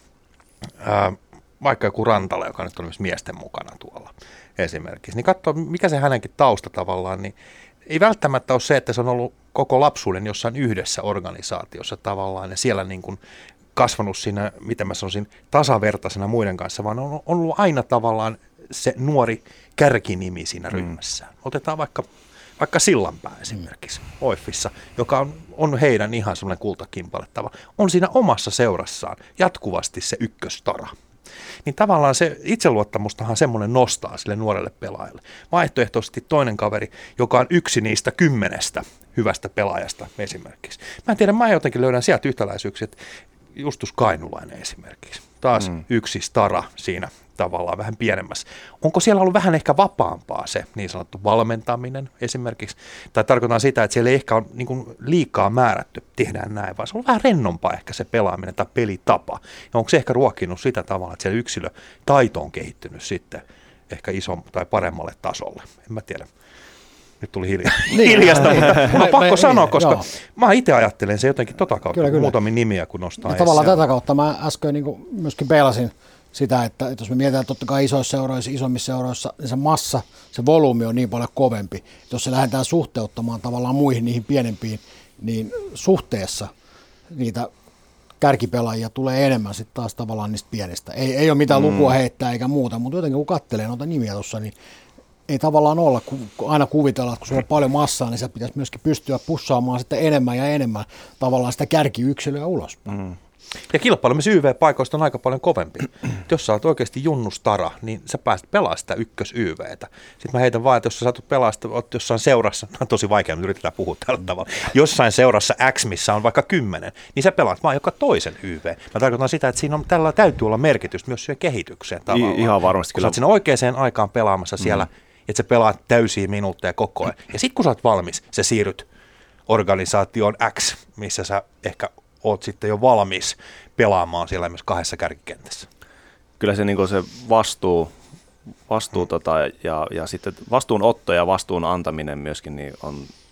ää, vaikka joku Rantala, joka nyt on myös miesten mukana tuolla esimerkiksi, niin katsoo, mikä se hänenkin tausta tavallaan, niin ei välttämättä ole se, että se on ollut koko lapsuuden jossain yhdessä organisaatiossa tavallaan, ja siellä niin kuin kasvanut siinä, miten mä sanoisin, tasavertaisena muiden kanssa, vaan on ollut aina tavallaan se nuori kärkinimi siinä ryhmässään. Mm. Otetaan vaikka, vaikka Sillanpää esimerkiksi Oiffissa, joka on, on heidän ihan semmoinen kultakimpalettava, on siinä omassa seurassaan jatkuvasti se ykköstara. Niin tavallaan se itseluottamustahan semmoinen nostaa sille nuorelle pelaajalle. Vaihtoehtoisesti toinen kaveri, joka on yksi niistä kymmenestä hyvästä pelaajasta esimerkiksi. Mä en tiedä, mä jotenkin löydän sieltä yhtäläisyyksiä, että Justus Kainulainen esimerkiksi. Taas mm. yksi stara siinä tavallaan vähän pienemmässä. Onko siellä ollut vähän ehkä vapaampaa se niin sanottu valmentaminen esimerkiksi? Tai tarkoitan sitä, että siellä ei ehkä ole niin kuin liikaa määrätty, tehdään näin, vaan se on vähän rennompaa ehkä se pelaaminen tai pelitapa. Ja onko se ehkä ruokkinut sitä tavalla, että siellä yksilötaito on kehittynyt sitten ehkä ison tai paremmalle tasolle? En mä tiedä. Nyt tuli hilja. niin. hiljasta, mutta mun on pakko me, sanoa, niin, koska joo. mä itse ajattelen se jotenkin tota kautta, kyllä, kyllä. muutamia nimiä, kun nostaa esiin. Tavallaan tätä kautta mä äsken niin kuin myöskin peilasin sitä, että, että jos me mietitään totta kai isoissa seuroissa, isommissa seuroissa, niin se massa, se volyymi on niin paljon kovempi. Että jos se lähdetään suhteuttamaan tavallaan muihin niihin pienempiin, niin suhteessa niitä kärkipelaajia tulee enemmän sitten taas tavallaan niistä pienistä. Ei, ei ole mitään mm. lukua heittää eikä muuta, mutta jotenkin kun katselee noita nimiä tuossa, niin ei tavallaan olla, kun aina kuvitella, että kun sulla on paljon massaa, niin sä pitäisi myöskin pystyä pussaamaan sitten enemmän ja enemmän tavallaan sitä kärkiyksilöä ulos. Mm. Ja kilpailu myös Y V-paikoista on aika paljon kovempi. Jos sä oot oikeasti junnustara, niin sä pääset pelaamaan sitä ykkös-Y V:tä. Sitten mä heitän vaan, että jos sä saat pelaa sitä, oot jossain seurassa, on tosi vaikea, mutta yritetään puhua tällä tavalla, jossain seurassa X, missä on vaikka kymmenen, niin sä pelaat vaan joka toisen Y V. Mä tarkoitan sitä, että siinä on, tällä täytyy olla merkitystä myös siihen kehitykseen tavallaan. I, ihan varmasti. Kun sä oot siinä oikeaan aikaan pelaamassa siellä, mm. että sä pelaat täysiä minuutteja koko ajan. Ja sitten kun sä oot valmis, sä siirryt organisaatioon X, missä sä ehkä oot sitten jo valmis pelaamaan siellä myös kahdessa kärkikentässä. Kyllä se, niin se vastuu, vastuu hmm. tota, ja, ja sitten vastuunotto ja vastuun antaminen myöskin niin on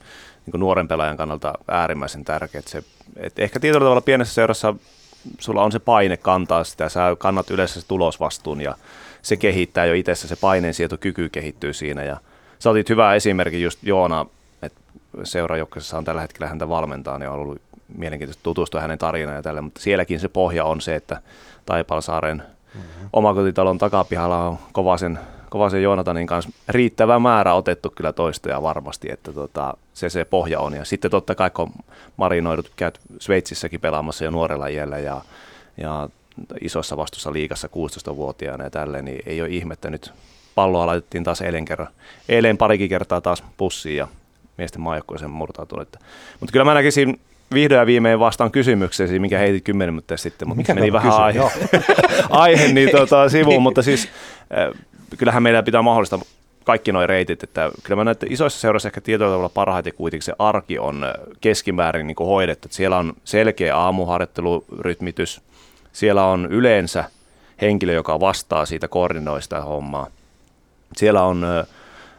niin nuoren pelaajan kannalta äärimmäisen tärkeä. Että se, et ehkä tietyllä tavalla pienessä seurassa sulla on se paine kantaa sitä, sä kannat yleensä se tulosvastuun ja se kehittää jo itsessä, se paineensietokyky kehittyy siinä. Ja sä otit hyvä esimerkki just Joona, että seurajoukkueessa on tällä hetkellä häntä valmentaa, niin on ollut mielenkiintoista tutustua hänen tarinaan ja tälle, mutta sielläkin se pohja on se, että Taipalsaaren mm-hmm. omakotitalon takapihalla on Kovasen, Kovasen Joonatanin kanssa riittävä määrä otettu kyllä toistoja varmasti, että tota, se se pohja on. Ja sitten totta kai kun marinoidut, käyt Sveitsissäkin pelaamassa jo nuorella iällä ja, ja isossa vastuussa liigassa kuusitoistavuotiaana ja tälleen, niin ei ole ihmettä nyt. Palloa laitettiin taas eilen, kerran, eilen parikin kertaa taas pussiin ja miesten maajoukkueeseen murtautunut. Mutta kyllä mä näkisin vihdoin ja viimein vastaan kysymykseesi, minkä heitit kymmenen minuuttia sitten, mutta meni vähän aihe, aihe niin tuota, sivuun, mutta siis äh, kyllähän meidän pitää mahdollista kaikki nuo reitit, että kyllä mä näen, että isoissa seuroissa ehkä tietyllä tavalla parhaiten kuitenkin se arki on keskimäärin niin kuin hoidettu, että siellä on selkeä aamuharjoittelurytmitys, siellä on yleensä henkilö, joka vastaa siitä, koordinoi sitä hommaa, siellä on äh,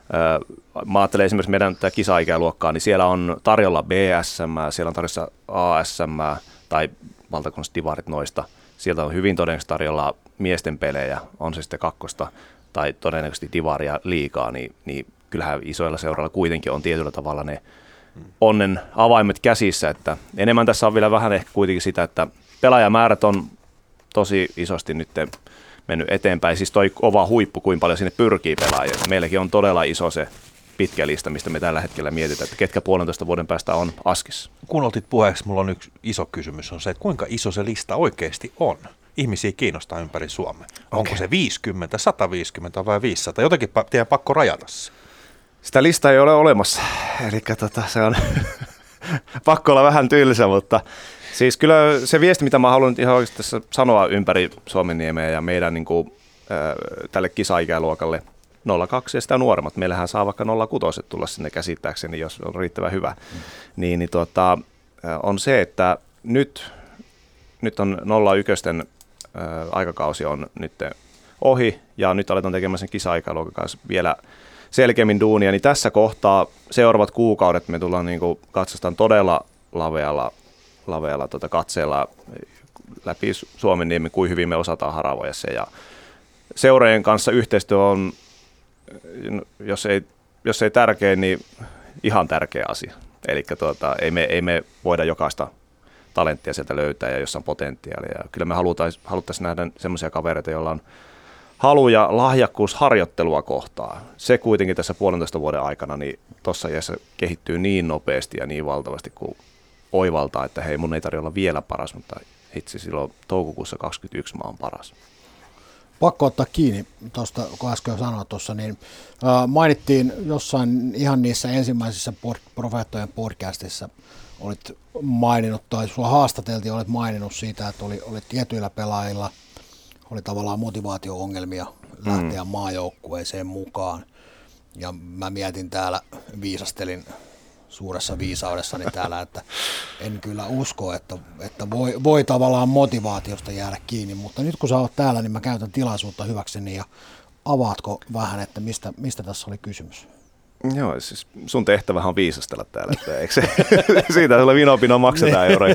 mä ajattelen esimerkiksi meidän tätä kisa-ikäluokkaa, niin siellä on tarjolla B S M, siellä on tarjolla A S M tai valtakunnalliset divarit noista. Sieltä on hyvin todennäköisesti tarjolla miesten pelejä, on se sitten kakkosta tai todennäköisesti divaria liigaa, niin, niin kyllähän isoilla seuralla kuitenkin on tietyllä tavalla ne onnen avaimet käsissä. Että enemmän tässä on vielä vähän ehkä kuitenkin sitä, että pelaajamäärät on tosi isosti nyt mennyt eteenpäin. Siis toi kova huippu, kuinka paljon sinne pyrkii pelaajia. Meilläkin on todella iso se pitkä lista, mistä me tällä hetkellä mietitään, että ketkä puolentoista vuoden päästä on askissa. Kun otit puheeksi, mulla on yksi iso kysymys, on se, että kuinka iso se lista oikeasti on? Ihmisiä kiinnostaa ympäri Suomea. Okay. Onko se viisikymmentä, sata viisikymmentä vai viisisataa? Jotenkin teidän pakko rajata se. Sitä listaa ei ole olemassa, eli tota, se on pakko olla vähän tylsä, mutta siis kyllä se viesti, mitä mä haluan ihan oikeasti tässä sanoa ympäri Suomenniemeä ja meidän niin kuin, äh, tälle kisa-ikäluokalle nolla kaksi ja sitä nuoremmat. Meillähän saa vaikka nolla kuusi tulla sinne käsittääkseni, jos on riittävän hyvä. Mm. Niin, niin tuota, on se, että nyt, nyt on nolla yksi äh, aikakausi on nyt ohi ja nyt aletaan tekemään sen kisa-ikäluokan kanssa vielä selkeämmin duunia, niin tässä kohtaa seuraavat kuukaudet me tullaan niin kuin katsostaan todella lavealla lavealla tuota katseella läpi Suomenniemen, kuin hyvin me osataan haravoida se. Ja seurojen kanssa yhteistyö on, jos ei, jos ei tärkeä, niin ihan tärkeä asia. Eli tuota, ei, me, ei me voida jokaista talenttia sieltä löytää ja jossa on potentiaalia. Ja kyllä me haluttaisiin halutais nähdä semmoisia kavereita, joilla on halu ja lahjakkuus harjoittelua kohtaa. Se kuitenkin tässä puolentoista vuoden aikana, niin tuossa iässä kehittyy niin nopeasti ja niin valtavasti kuin oivaltaa, että hei, mun ei tarvitse olla vielä paras, mutta itse silloin toukokuussa kaksikymmentäyksi mä oon paras. Pakko ottaa kiinni tuosta, kun äsken sanoin tuossa, niin äh, mainittiin jossain ihan niissä ensimmäisissä pod- Profeettojen podcastissa, olit maininnut, tai sua haastateltiin, olet maininnut siitä, että oli, oli tietyillä pelaajilla, oli tavallaan motivaatio-ongelmia lähteä mm. maajoukkueeseen mukaan. Ja mä mietin täällä, viisastelin suuressa viisaudessani täällä, että en kyllä usko, että, että voi, voi tavallaan motivaatiosta jäädä kiinni, mutta nyt kun sä oot täällä, niin mä käytän tilaisuutta hyväkseni ja avaatko vähän, että mistä, mistä tässä oli kysymys? Joo, siis sun tehtävähän on viisastella täällä, että eikö se, siitä sulle vinopino maksetaan euroja.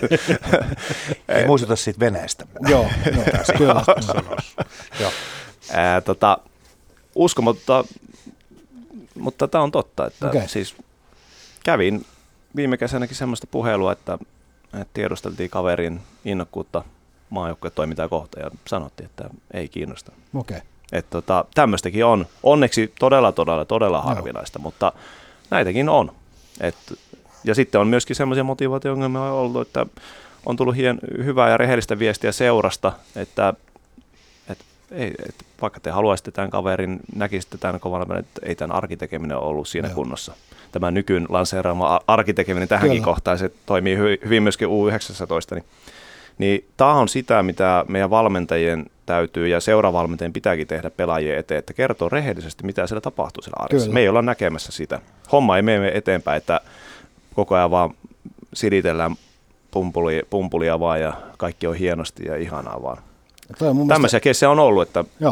Ei muistuta siitä veneestä. Joo, joo kyllä. Joo. Ää, tota, usko, mutta, mutta tämä on totta, että okay. Siis kävin viime kesänäkin semmoista puhelua, että, että tiedusteltiin kaverin innokkuutta maajoukkuetoimintaa kohtaan ja sanottiin, että ei kiinnosta. Okei. Okay. Että tota, tämmöistäkin on. Onneksi todella, todella, todella harvinaista, no. Mutta näitäkin on. Et, ja sitten on myöskin semmoisia motivaatio-ongelmia ollut, että on tullut hien, hyvää ja rehellistä viestiä seurasta, että et, ei, et, vaikka te haluaisitte tämän kaverin, näkisitte tämän kovana, että ei tämän arkitekeminen ole ollut siinä no. kunnossa. Tämä nykyyn lanseeraama arkitekeminen tähänkin Kyllä. kohtaan, se toimii hyvin myöskin U yhdeksäntoista, niin, niin tämä on sitä, mitä meidän valmentajien täytyy ja seuravalmentajien pitääkin tehdä pelaajien eteen, että kertoo rehellisesti, mitä siellä tapahtuu siellä arjessa. Kyllä. Me ei olla näkemässä sitä. Homma ei mene eteenpäin, että koko ajan vaan silitellään pumpulia, pumpulia vaan ja kaikki on hienosti ja ihanaa vaan. Tämmöisiä mielestä... keissä on ollut. Että... Joo.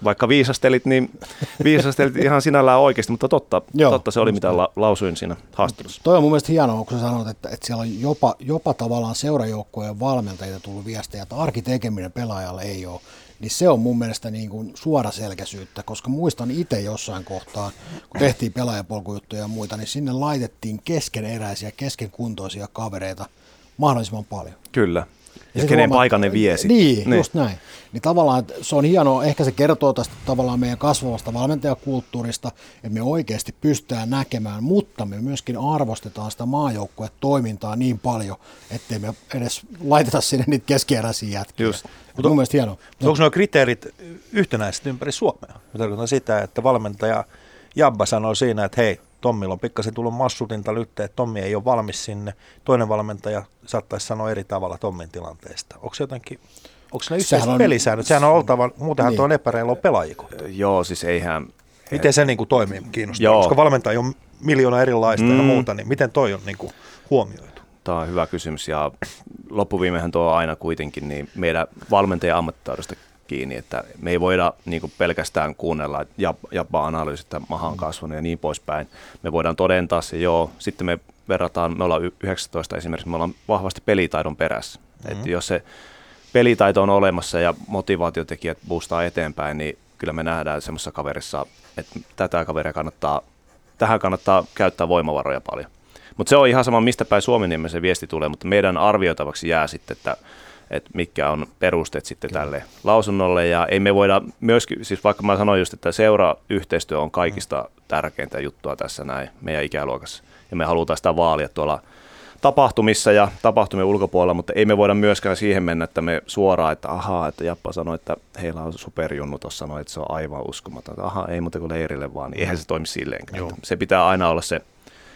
vaikka viisastelit, niin viisastelit ihan sinällään oikeasti, mutta totta, totta se oli, mitä la, lausuin siinä haastattelussa. Toi on mun mielestä hienoa, kun sä sanot, että, että siellä on jopa, jopa tavallaan seurajoukkojen valmentajilta tullut viestejä, että arkitekeminen pelaajalle ei ole. Niin se on mun mielestä niin kuin suoraselkäisyyttä, koska muistan itse jossain kohtaa, kun tehtiin pelaajapolkujuttuja ja muita, niin sinne laitettiin keskeneräisiä, keskenkuntoisia kavereita mahdollisimman paljon. Kyllä. Ja, ja kenen paikan ne vie sitten. Niin, niin, just näin. Niin tavallaan se on hienoa, ehkä se kertoo tästä tavallaan meidän kasvavasta valmentajakulttuurista, että me oikeasti pystytään näkemään, mutta me myöskin arvostetaan sitä maajoukkuetoimintaa niin paljon, ettei me edes laiteta sinne niitä keskeeräisiä jätkiä. Just. Mutta mun mielestä hienoa. Onko nuo kriteerit yhtenäiset ympäri Suomea? Mä tarkoitan sitä, että valmentaja Jabba sanoo siinä, että hei, Tommilla on pikkasen tullut massutinta nyt, että Tommi ei ole valmis sinne. Toinen valmentaja saattaisi sanoa eri tavalla Tommin tilanteesta. Onko se jotenkin, onko ne yhteiset on, pelisäännöt? Sehän on oltava, muutenhan niin. Tuo on epäreilua pelaajia. Joo, siis eihän... Miten se niin kuin toimii kiinnostaa? Joo. Koska valmentaja on miljoona erilaista mm. ja muuta, niin miten toi on niin kuin huomioitu? Tämä on hyvä kysymys ja loppuviimeihän tuo on aina kuitenkin niin meidän valmentajan ammattitaidosta kiinni, että me ei voida niin kuin pelkästään kuunnella Jabba-analyysit, että maha on kasvanut ja niin poispäin. Me voidaan todentaa se, joo, sitten me verrataan, me ollaan yhdeksäntoista esimerkiksi, me ollaan vahvasti pelitaidon perässä. Mm-hmm. Että jos se pelitaito on olemassa ja motivaatiotekijät boostaa eteenpäin, niin kyllä me nähdään semmoisessa kaverissa, että tätä kaveria kannattaa, tähän kannattaa käyttää voimavaroja paljon. Mutta se on ihan sama, mistä päin Suomenniemen se viesti tulee, mutta meidän arvioitavaksi jää sitten, että että mitkä on perusteet sitten tälle lausunnolle, ja ei me voida myöskin, siis vaikka mä sanoin just, että seurayhteistyö on kaikista tärkeintä juttua tässä näin meidän ikäluokassa, ja me halutaan sitä vaalia tuolla tapahtumissa ja tapahtumien ulkopuolella, mutta ei me voida myöskään siihen mennä, että me suoraan, että ahaa, että Jappa sanoi, että heillä on superjunnu tuossa, sanoi, että se on aivan uskomaton, ahaa, ei muuta kuin leirille vaan, niin eihän se toimi silleenkään. Se pitää aina olla se.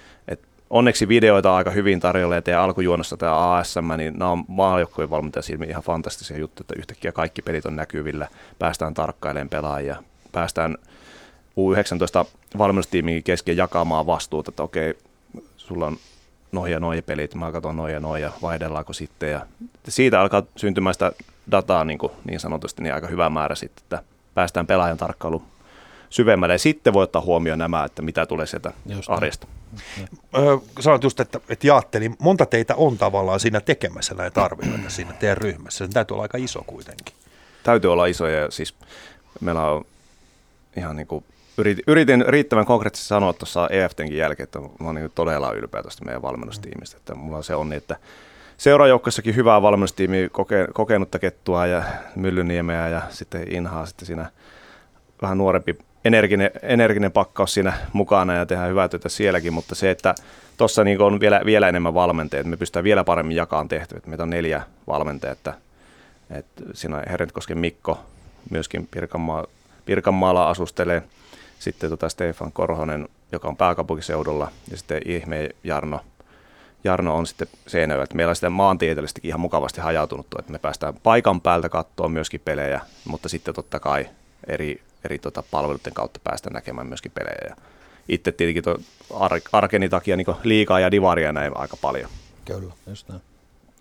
Onneksi videoita on aika hyvin tarjolla, ja teidän alkujuonnossa tämä A S M, niin nämä on maajoukkojen valmentajan silmiin ihan fantastisia juttuja, että yhtäkkiä kaikki pelit on näkyvillä, päästään tarkkailemaan pelaajia, päästään U yhdeksäntoista valmennustiimiin kesken jakamaan vastuuta, että okei, sulla on noin ja noin pelit, mä katson noin ja noin, ja vaihdellaanko sitten, ja siitä alkaa syntymään sitä dataa niin, kuin niin sanotusti niin aika hyvä määrä sitten, että päästään pelaajan tarkkailuun syvemmälle, ja sitten voi ottaa huomioon nämä, että mitä tulee sieltä arjesta. Öö, sanoit just, että, että jaatte, niin monta teitä on tavallaan siinä tekemässä näitä arvioita siinä teidän ryhmässä. Se täytyy olla aika iso kuitenkin. Täytyy olla iso, ja siis meillä on ihan niin kuin, yritin, yritin riittävän konkreettisesti sanoa tuossa E F T:nkin jälkeen, että mä oon niin todella ylpeä tuosta meidän valmennustiimistä, että mulla on se onni, että seurajoukkoissakin hyvää valmennustiimiä, koke, kokenutta Kettua ja Myllyniemeä ja sitten Inhaa sitten siinä vähän nuorempi Energinen, energinen pakkaus siinä mukana ja tehdään hyvää työtä sielläkin, mutta se, että tuossa niin on vielä, vielä enemmän valmentajia, että me pystytään vielä paremmin jakamaan tehtävät. Meitä on neljä valmentajaa, että, että siinä on Herrentkosken Mikko, myöskin Pirkanmaa, Pirkanmaalla asustelee, sitten tota Stefan Korhonen, joka on pääkaupunkiseudulla, ja sitten Ihme Jarno. Jarno on sitten Seinäjoella, että meillä on sitä maantieteellisestikin ihan mukavasti hajautunut, että me päästään paikan päältä katsoa myöskin pelejä, mutta sitten totta kai eri eri tota, palveluiden kautta päästä näkemään myöskin pelejä. Ja itse tietenkin tuon ar- arkeni takia niin liigaa ja divaria näin aika paljon. Kyllä, just näin.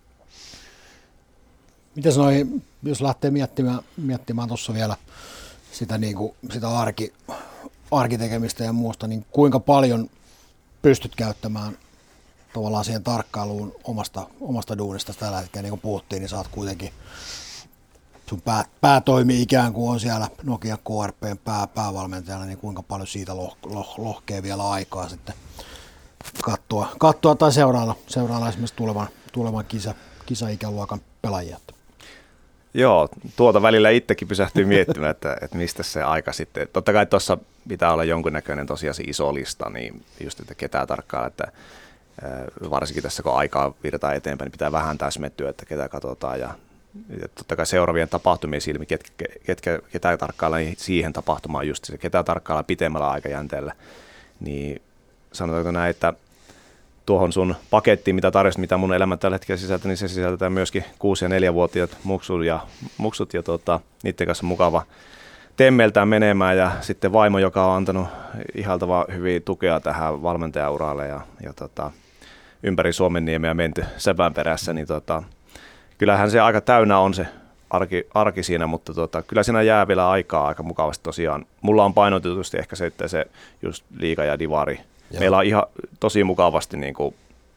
Mites noi, jos lähtee miettimään, miettimään tuossa vielä sitä, niin kuin, sitä arki, arkitekemistä ja muusta, niin kuinka paljon pystyt käyttämään tavallaan siihen tarkkailuun omasta, omasta duunista tällä hetkellä, niin kuin puhuttiin, niin saat kuitenkin sun pää, pää toimii ikään kuin on siellä Nokia K R P:n pää, päävalmentajana, niin kuinka paljon siitä loh, loh, lohkee vielä aikaa sitten katsoa, katsoa tai seurailla, seurailla esimerkiksi tulevan, tulevan kisa, kisaikäluokan pelaajia. Joo, tuota välillä itsekin pysähtyy miettimään, että, että mistä se aika sitten. Totta kai tuossa pitää olla jonkunnäköinen tosiaan se iso lista, niin just, että ketään tarkkaan, että varsinkin tässä kun aikaa virtaa eteenpäin, niin pitää vähän täsmettyä, että ketä katsotaan ja Ja totta kai seuraavien tapahtumien silmi, ketkä, ketkä, ketä tarkkaillaan siihen tapahtumaan just se, ketä tarkkaillaan pitemmällä aikajänteellä, niin sanotaanko näin, että tuohon sun pakettiin, mitä tarjosit, mitä mun elämä tällä hetkellä sisältää, niin se sisältää myöskin kuusi- ja neljävuotiaat muksut ja, muksut ja tota, niiden kanssa mukava temmeltään menemään ja sitten vaimo, joka on antanut ihaltavaa hyvin tukea tähän valmentajauralle ja, ja tota, ympäri Suomenniemeä menty sepän perässä, niin tota, kyllähän se aika täynnä on se arki, arki siinä, mutta tota, kyllä siinä jää vielä aikaa aika mukavasti tosiaan. Mulla on painotetusti ehkä se, että se just liiga ja divari. Joo. Meillä on ihan tosi mukavasti niin kuin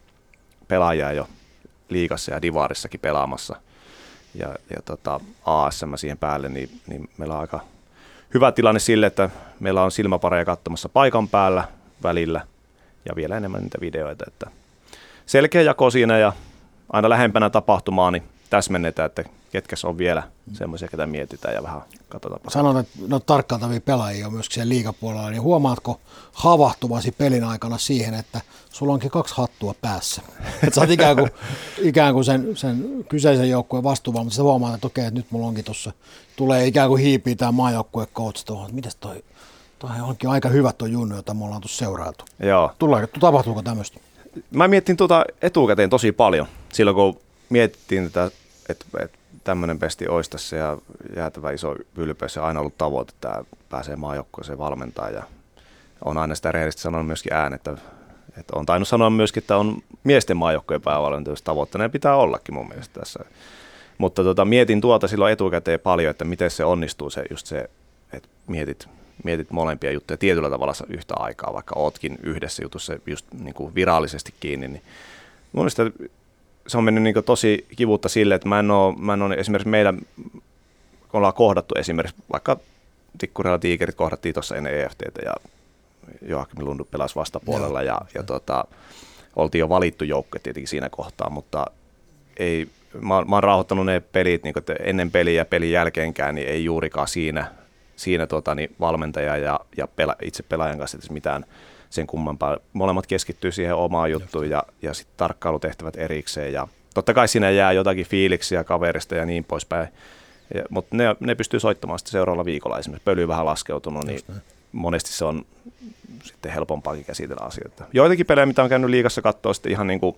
pelaajia jo liigassa ja divarissakin pelaamassa. Ja, ja tota, A S M siihen päälle, niin, niin meillä on aika hyvä tilanne sille, että meillä on silmäpareja katsomassa paikan päällä välillä ja vielä enemmän niitä videoita. Että selkeä jako siinä ja aina lähempänä tapahtumaa, niin täsmennetään, että ketkä on vielä semmoisia, ketä mietitään ja vähän katsotaan. Sanon, että no, tarkkailtavia pelaajia on myöskin siellä liigapuolella, niin huomaatko havahtuvasi pelin aikana siihen, että sulla onkin kaksi hattua päässä. Että sä oot ikään kuin, ikään kuin sen, sen kyseisen joukkueen vastuulla, mutta sä huomaat, että okei, että nyt mulla onkin tuossa, tulee ikään kuin hiipii tämä maajoukkueen coach tuohon, että mitäs toi, toi onkin aika hyvä tuo junnu, jota me ollaan tuossa seurailtu. Joo. Tulee, tapahtuuko tämmöistä? Mä miettin tuota etukäteen tosi paljon silloin, kun mietittiin tätä, että, että tämmöinen pesti olisi tässä ja jäätävä iso ylpeys ja aina ollut tavoite, että tämä pääsee maajoukkueeseen valmentaa ja on aina sitä rehellisesti sanonut myöskin ään, että, että on tainnut sanoa myöskin, että on miesten maajoukkueen päävalmentajuus tavoitteena ja pitää ollakin mun mielestä tässä. Mutta tota, mietin tuota silloin etukäteen paljon, että miten se onnistuu se just se, että mietit, mietit molempia juttuja tietyllä tavalla yhtä aikaa, vaikka ootkin yhdessä jutussa just niin kuin virallisesti kiinni, niin mun mielestä se on mennyt niin tosi kivutta sille, että mä en ole, mä en ole esimerkiksi meidän, kun ollaan kohdattu esimerkiksi, vaikka Tikkurilla Tiikerit kohdattiin tuossa ennen E F T:tä ja Joakim Lundu pelasi vastapuolella ja, ja tota, oltiin jo valittu joukkue tietenkin siinä kohtaa, mutta ei, mä, mä oon rauhoittanut ne pelit niin että ennen peliä ja pelin jälkeenkään, niin ei juurikaan siinä, siinä tota, niin valmentaja ja, ja pela, itse pelaajan kanssa mitään sen kummempaa. Molemmat keskittyy siihen omaan juttuun ja, ja sitten tarkkailutehtävät erikseen. Ja totta kai siinä jää jotakin fiiliksiä kaverista ja niin poispäin. Ja, mutta ne, ne pystyy soittamaan sitten seuraavalla viikolla. Esimerkiksi pöly vähän laskeutunut, niin monesti se on sitten helpompaakin käsitellä asioita. Joitakin pelejä, mitä on käynyt liigassa katsoa sitten ihan niin kuin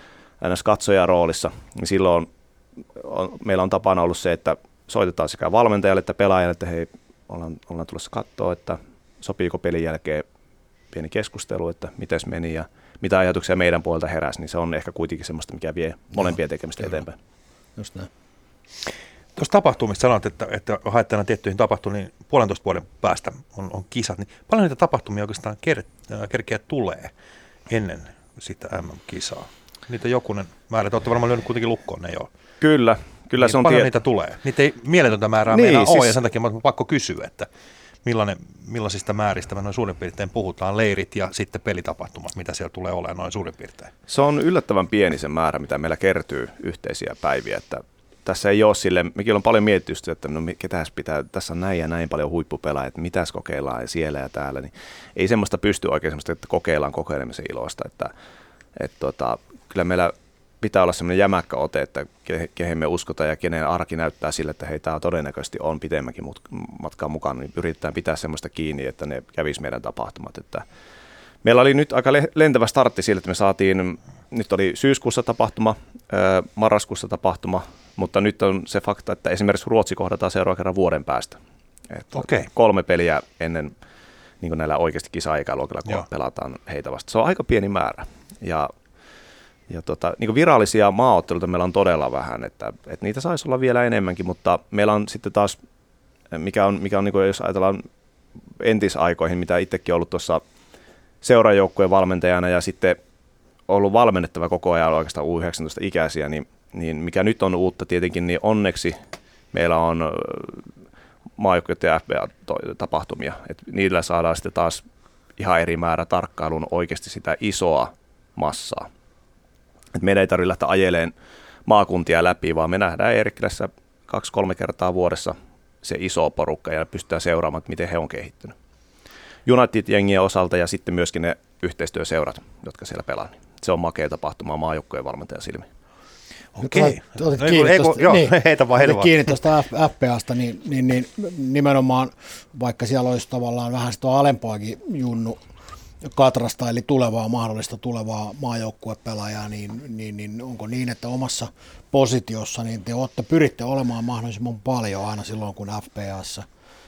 ns. Katsojan roolissa, niin silloin on, meillä on tapana ollut se, että soitetaan sekä valmentajalle että pelaajalle, että hei, ollaan, ollaan tulossa katsoa, että sopiiko pelin jälkeen pieni keskustelu, että miten meni ja mitä ajatuksia meidän puolelta heräsi, niin se on ehkä kuitenkin semmoista, mikä vie molempien tekemistä eteenpäin. Just näin. Tuossa tapahtumista sanoit, että, että haette aina tiettyihin tapahtumiin, niin puolentoista vuoden päästä on, on kisat, niin paljon niitä tapahtumia oikeastaan ker, kerkeä tulee ennen sitä M M-kisaa? Niitä jokunen määrä, te olette varmaan lyönyt kuitenkin lukkoon ne jo. Kyllä, kyllä niin se on paljon tie- niitä tulee. Niitä ei mieletöntä määrää niin, meinaa siis ole, ja sen takia on pakko kysyä, että millainen, millaisista määristä me noin suurin piirtein puhutaan, leirit ja sitten pelitapahtumat, mitä siellä tulee olemaan noin suurin piirtein? Se on yllättävän pieni se määrä, mitä meillä kertyy yhteisiä päiviä, että tässä ei ole sille, mekin on paljon mietitty, että no ketäs pitää, tässä on näin ja näin paljon huippupelaajia, että mitäs kokeillaan ja siellä ja täällä, niin ei semmoista pysty oikein semmoista, että kokeillaan kokeilemisen iloista, että, että tota, kyllä meillä pitää olla semmoinen jämäkkä ote, että kehen me uskotaan ja kenen arki näyttää sille, että hei, tämä todennäköisesti on pitemmänkin matkaan mukana, niin yritetään pitää semmoista kiinni, että ne kävisi meidän tapahtumat. Että meillä oli nyt aika lentävä startti sille, että me saatiin, nyt oli syyskuussa tapahtuma, marraskuussa tapahtuma, mutta nyt on se fakta, että esimerkiksi Ruotsi kohdataan seuraavan kerran vuoden päästä. Että okay. Kolme peliä ennen niin näillä oikeasti kisa-ikäluokilla, kun Joo. pelataan heitä vasta. Se on aika pieni määrä. Ja Ja tota, niin virallisia maaotteluita meillä on todella vähän, että, että niitä saisi olla vielä enemmänkin, mutta meillä on sitten taas, mikä on, mikä on niin kuin jos ajatellaan entisaikoihin, mitä itsekin ollut tuossa seurajoukkueen valmentajana ja sitten ollut valmennettava koko ajan oikeastaan U yhdeksäntoista-ikäisiä, niin, niin mikä nyt on uutta tietenkin, niin onneksi meillä on maajoukkueiden ja F B A-tapahtumia, että niillä saadaan sitten taas ihan eri määrä tarkkailun oikeasti sitä isoa massaa. Et meidän ei tarvitse lähteä ajeleen maakuntia läpi, vaan me nähdään Eerikkilässä kaksi-kolme kertaa vuodessa se iso porukka ja pystytään seuraamaan, että miten he on kehittynyt. United-jengien osalta ja sitten myöskin ne yhteistyöseurat, jotka siellä pelaa. Se on makea tapahtuma maajoukkojen valmentajan silmiin. Okei. Otit kiinni tuosta, joo, niin, heitä vaan, heitä vaan. kiinni tuosta F P A:sta, niin, niin, niin nimenomaan, vaikka siellä olisi tavallaan vähän sitä alempaakin junnu katrasta, eli tulevaa, mahdollista tulevaa maajoukkuepelaajaa, niin, niin, niin onko niin, että omassa positiossa niin te olette, pyritte olemaan mahdollisimman paljon aina silloin, kun F P A:ssa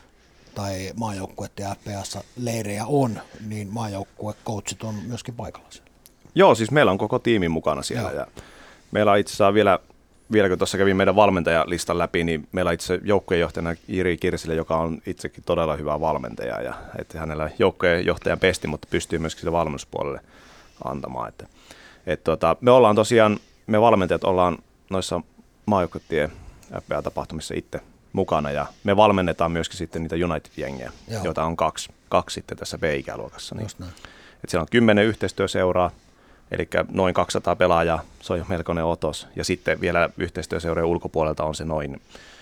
tai maajoukkueiden F P A:ssa leirejä on, niin maajoukkuecoachit on myöskin paikalla siellä. Joo, siis meillä on koko tiimi mukana siellä. Ja meillä on itse asiassa vielä, vielä kun tuossa kävin meidän valmentajalistan läpi, niin meillä on itse joukkueenjohtajana Jiri Kirsille, joka on itsekin todella hyvä valmentaja. Ja, että hänellä joukkueenjohtajan pesti, mutta pystyy myöskin sille valmennuspuolelle antamaan. Että, et tota, me ollaan tosiaan, me valmentajat ollaan noissa maajoukkuetie F B A-tapahtumissa itse mukana. Ja me valmennetaan myöskin sitten niitä United-jengejä, Joo. joita on kaksi, kaksi sitten tässä B-ikäluokassa. Niin, että siellä on kymmenen yhteistyöseuraa. Eli noin kaksisataa pelaajaa, se on jo melkoinen otos. Ja sitten vielä yhteistyöseurojen ulkopuolelta on se noin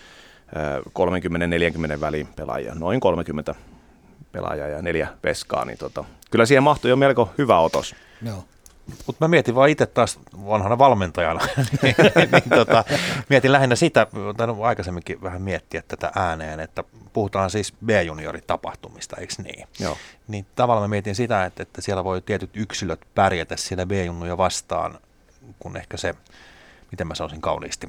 kolmekymmentä neljäkymmentä väliin pelaajia, noin kolmekymmentä pelaajaa ja neljä peskaa. Niin tota, kyllä siihen mahtuu jo melko hyvä otos. Joo. Mutta mä mietin vaan itse taas vanhana valmentajana, niin, niin, tota, mietin lähinnä sitä, olen aikaisemminkin vähän miettiä tätä ääneen, että puhutaan siis B-junioritapahtumista, eikö niin? Joo. Niin tavallaan mä mietin sitä, että, että siellä voi tietyt yksilöt pärjätä siellä B-junnuja vastaan, kun ehkä se, miten mä sanoisin kauniisti,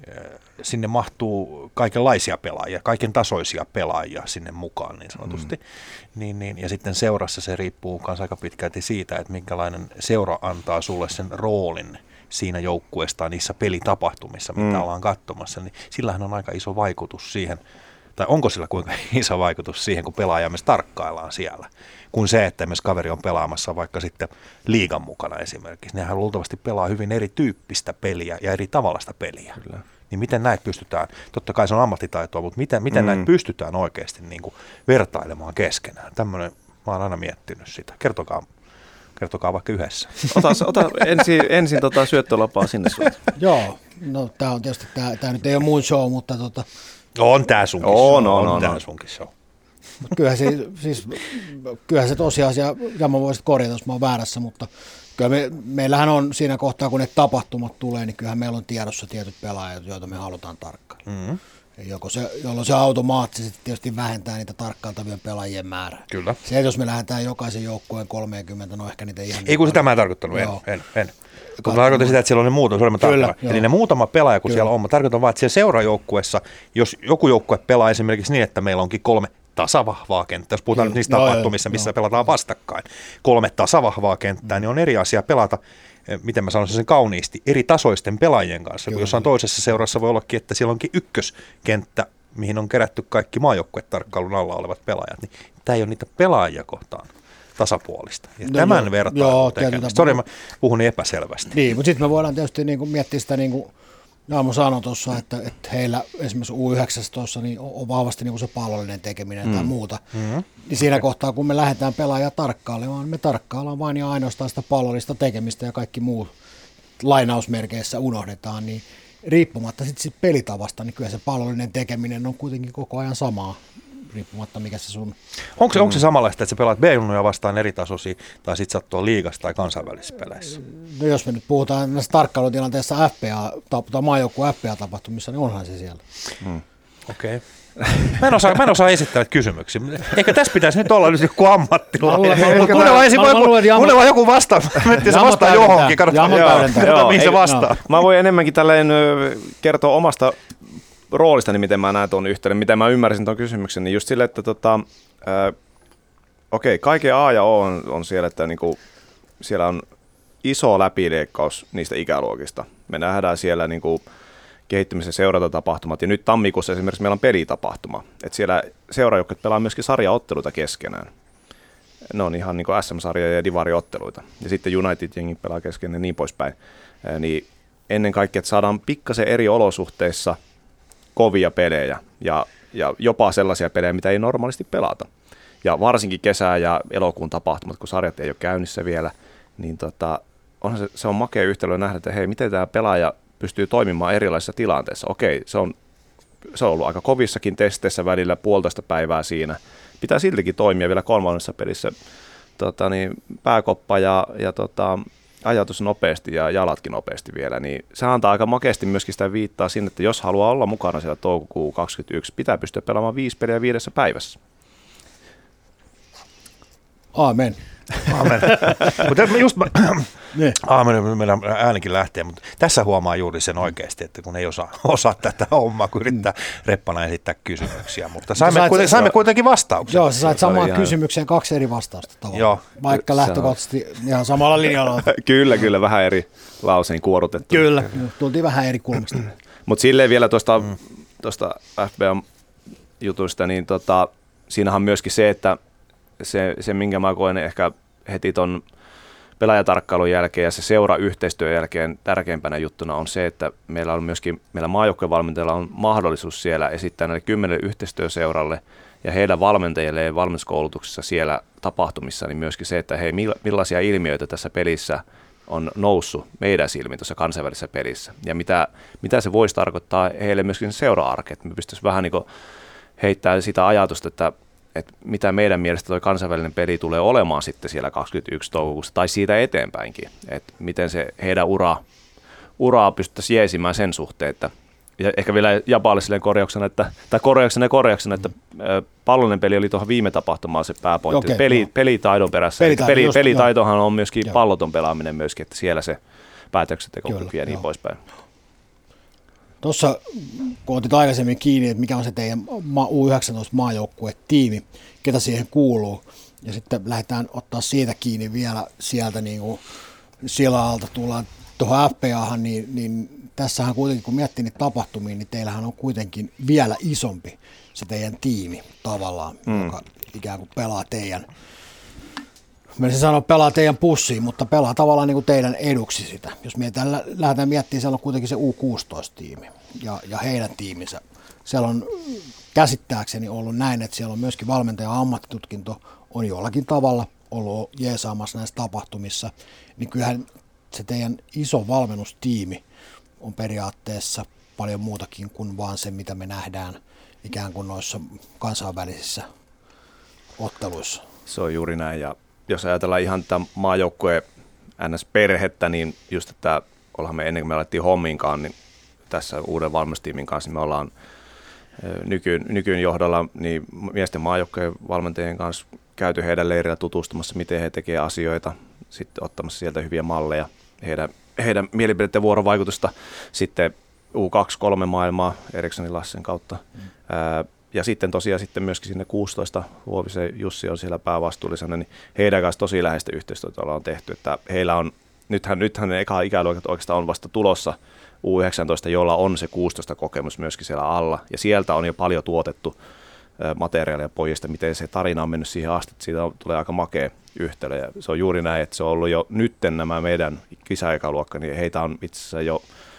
sinne mahtuu kaikenlaisia pelaajia, kaiken tasoisia pelaajia sinne mukaan niin sanotusti. Mm. Niin, niin, ja sitten seurassa se riippuu myös aika pitkälti siitä, että minkälainen seura antaa sulle sen roolin siinä joukkueesta niissä pelitapahtumissa, mitä mm. ollaan katsomassa. Niin sillähän on aika iso vaikutus siihen, tai onko sillä kuinka iso vaikutus siihen, kun pelaaja myös tarkkaillaan siellä, kuin se, että myös kaveri on pelaamassa vaikka sitten liigan mukana esimerkiksi. Nehän luultavasti pelaa hyvin erityyppistä peliä ja eri tavallaista peliä. Kyllä. Niin miten näitä pystytään, totta kai se on ammattitaitoa, mutta miten, miten mm. näitä pystytään oikeasti niin kuin vertailemaan keskenään? Tämmöinen, mä oon aina miettinyt sitä. Kertokaa, kertokaa vaikka yhdessä. Ota, ota ensin, ensin tota syöttölapaa sinne suuntaan. Joo, no tää on tietysti, tää, tää nyt ei ole mun show, mutta tota... On tää sunkin on, show, on, on, on, on on. tää sunkin show. Kyllähän se, siis, kyllähän se tosiasia, ja mä voisin korjata, jos mä oon väärässä, mutta kyllä me, meillähän on siinä kohtaa, kun ne tapahtumat tulee, niin kyllähän meillä on tiedossa tietyt pelaajat, joita me halutaan tarkkailla. Mm-hmm. Joko se, jolloin se automaattisesti tietysti vähentää niitä tarkkailtavien pelaajien määrää. Kyllä. Se, jos me lähdetään jokaisen joukkueen kolmekymmentä, no ehkä niitä ihan... Ei kun sitä mä en tarkoittanut, en, en, en. Kun mä tarkoitan sitä, että siellä on ne muutama, se oli mä tarkoitan. Eli ne muutama pelaaja, kun Kyllä. siellä on, mä tarkoitan vaan, että siellä seurajoukkueessa, jos joku joukkue pelaa esimerkiksi niin, että meillä onkin kolme tasavahvaa kenttää, jos puhutaan nyt niistä tapahtumissa, missä joo. pelataan vastakkain, kolme tasavahvaa kenttää, niin on eri asia pelata, miten mä sanoisin sen kauniisti, eri tasoisten pelaajien kanssa. Kyllä. Jossain toisessa seurassa voi ollakin, että siellä onkin ykköskenttä, mihin on kerätty kaikki maajoukkuetarkkailun alla olevat pelaajat, niin tämä ei ole niitä pelaajia kohtaan tasapuolista. Ja no tämän vertailun tekemistä. Sori, mä puhun niin epäselvästi. Niin, mutta sitten me voidaan tietysti niin kuin miettiä sitä, niin kuin Jaamo sanoi tuossa, että, että heillä esimerkiksi U yhdeksäntoista niin on vahvasti niin kuin se pallollinen tekeminen mm. tai muuta. Mm-hmm. Niin siinä kohtaa, kun me lähdetään pelaajia tarkkailemaan, me tarkkaillaan vain ja ainoastaan sitä pallollista tekemistä ja kaikki muu lainausmerkeissä unohdetaan, niin riippumatta sitten sit pelitavasta, niin kyllä se pallollinen tekeminen on kuitenkin koko ajan samaa. Riippumatta mikä se sun... Onko se, onko se samanlaista, että sä pelaat B-junnuja vastaan eri tasoisia, tai sit sä oot tuolla liigassa tai kansainvälisissä peleissä? No jos me nyt puhutaan näissä tarkkailutilanteessa F P A, tai maajoukkueen F P A-tapahtumissa, niin onhan se siellä. Hmm. Okei. Okay. Mä en osaa, mä en osaa esittää kysymyksiä. Eikö tässä pitäisi nyt olla nyt joku ammattilainen? Kuunnellaan joku vastaa. Mä se vastaa johonkin. Katsotaan, mihin se vastaa. Mä voin enemmänkin tälleen kertoa omasta roolistani, miten mä näen tuon yhteyden, miten mä ymmärsin tuon kysymyksen, niin just sille, että tota, äh, okei, kaiken A ja O on, on siellä, että niinku, siellä on iso läpileikkaus niistä ikäluokista. Me nähdään siellä niinku, kehittymisen seurantatapahtumat, ja nyt tammikuussa esimerkiksi meillä on pelitapahtuma, että siellä seurajoukkueet pelaa myöskin sarjaotteluita keskenään. Ne on ihan niinku S M-sarja- ja divariotteluita, ja sitten United-jengi pelaa keskenään ja niin poispäin. Äh, niin ennen kaikkea, että saadaan pikkasen eri olosuhteissa kovia pelejä ja, ja jopa sellaisia pelejä, mitä ei normaalisti pelata. Ja varsinkin kesä- ja elokuun tapahtumat, kun sarjat ei ole käynnissä vielä, niin tota, onhan se, se on makea yhtälö nähdä, että hei, miten tämä pelaaja pystyy toimimaan erilaisissa tilanteissa. Okei, se on, se on ollut aika kovissakin testeissä välillä puolitoista päivää siinä. Pitää siltikin toimia vielä kolmannessa pelissä tota, niin, pääkoppa ja, ja tota, ajatus nopeasti ja jalatkin nopeasti vielä, niin se antaa aika makeasti myöskin sitä viittaa sinne, että jos haluaa olla mukana siellä toukokuun kaksikymmentäyksi, pitää pystyä pelaamaan viisi peliä viidessä päivässä. Aamen. Aamen. Mutta just mä, aamen, meillä äänikin lähtee, mutta tässä huomaa juuri sen oikeasti, että kun ei osaa, osaa tätä hommaa, kun yrittää reppana esittää kysymyksiä, mutta saimme, sait, kuiten, saimme kuitenkin vastauksen. Joo, sä sait samaan kysymykseen kaksi eri vastausta tavallaan, joo. Vaikka lähtökohtaisesti ihan samalla linjalla. Kyllä, kyllä, vähän eri lauseen kuorutettu. Kyllä, tultiin vähän eri kulmista. Mutta silleen vielä tuosta mm. F B A-jutuista, niin tota, siinähän on myöskin se, että se, se minkä mä koen ehkä heti ton pelaajatarkkailun jälkeen ja se seura-yhteistyön jälkeen tärkeimpänä juttuna on se, että meillä on myöskin, meillä maajoukkuevalmentajilla on mahdollisuus siellä esittää näille kymmenelle yhteistyöseuralle ja heidän valmentajille ja valmennuskoulutuksessa siellä tapahtumissa, niin myöskin se, että hei, millaisia ilmiöitä tässä pelissä on noussut meidän silmiin tuossa kansainvälisessä pelissä ja mitä, mitä se voisi tarkoittaa heille myöskin seura-arke, että me pystyisimme vähän niin kuin heittämään sitä ajatusta, että että mitä meidän mielestä tuo kansainvälinen peli tulee olemaan sitten siellä kaksikymmentäyksi toukokuussa tai siitä eteenpäinkin, että miten se heidän ura, uraa pystyttäisiin jeesimään sen suhteen, että ja ehkä vielä Japalle silleen korjauksena, että, tai korjauksena ja korjauksena, että pallollinen peli oli tuohon viime tapahtumaan se pääpointti, okay, peli, pelitaidon perässä, Pelitaito, peli, just, pelitaitohan on myöskin joo. palloton pelaaminen myöskin, että siellä se päätöksenteko ja niin poispäin. Tuossa, kun otit aikaisemmin kiinni, että mikä on se teidän U yhdeksäntoista-maajoukkue-tiimi, ketä siihen kuuluu, ja sitten lähdetään ottaa siitä kiinni vielä sieltä niin kuin silalta tullaan tuohon F B Ahan, niin, niin tässähän kuitenkin, kun miettii niitä tapahtumia, niin teillähän on kuitenkin vielä isompi se teidän tiimi tavallaan, mm. joka ikään kuin pelaa teidän, mä en sano pelaa teidän pussiin, mutta pelaa tavallaan niin kuin teidän eduksi sitä. Jos mietitään, lähdetään miettimään, siellä on kuitenkin se U kuusitoista-tiimi ja, ja heidän tiiminsä. Siellä on käsittääkseni ollut näin, että siellä on myöskin valmentajan ammattitutkinto on jollakin tavalla ollut jeesaamassa näissä tapahtumissa. Niin kyllähän se teidän iso valmennustiimi on periaatteessa paljon muutakin kuin vaan se, mitä me nähdään ikään kuin noissa kansainvälisissä otteluissa. Se on juuri näin, ja jos ajatellaan ihan tätä maajoukkueen N S-perhettä, niin just, että ollaan me ennen kuin me alettiin hommiinkaan, niin tässä uuden valmennustiimin kanssa niin me ollaan nykyyn, nykyyn johdolla niin miesten maajoukkueen valmentajien kanssa käyty heidän leirillä tutustumassa, miten he tekevät asioita, sitten ottamassa sieltä hyviä malleja, heidän, heidän mielipiteiden vuorovaikutusta, sitten U kaksikymmentäkolme maailmaa Erikssonin Lassen kautta. Mm. Ää, Ja sitten tosiaan sitten myöskin sinne kuusitoista, Huovisen Jussi on siellä päävastuullisena, niin heidän kanssa tosi läheistä yhteistyötä ollaan tehty. Että heillä on, nythän, nythän ne eka ikäluokat oikeastaan on vasta tulossa U yhdeksäntoista, jolla on se kuusitoista kokemus myöskin siellä alla. Ja sieltä on jo paljon tuotettu materiaalia pojista, miten se tarina on mennyt siihen asti, että siitä tulee aika makea yhtälö. Ja se on juuri näin, että se on ollut jo nytten nämä meidän kisaikäluokka, niin heitä on itse asiassa jo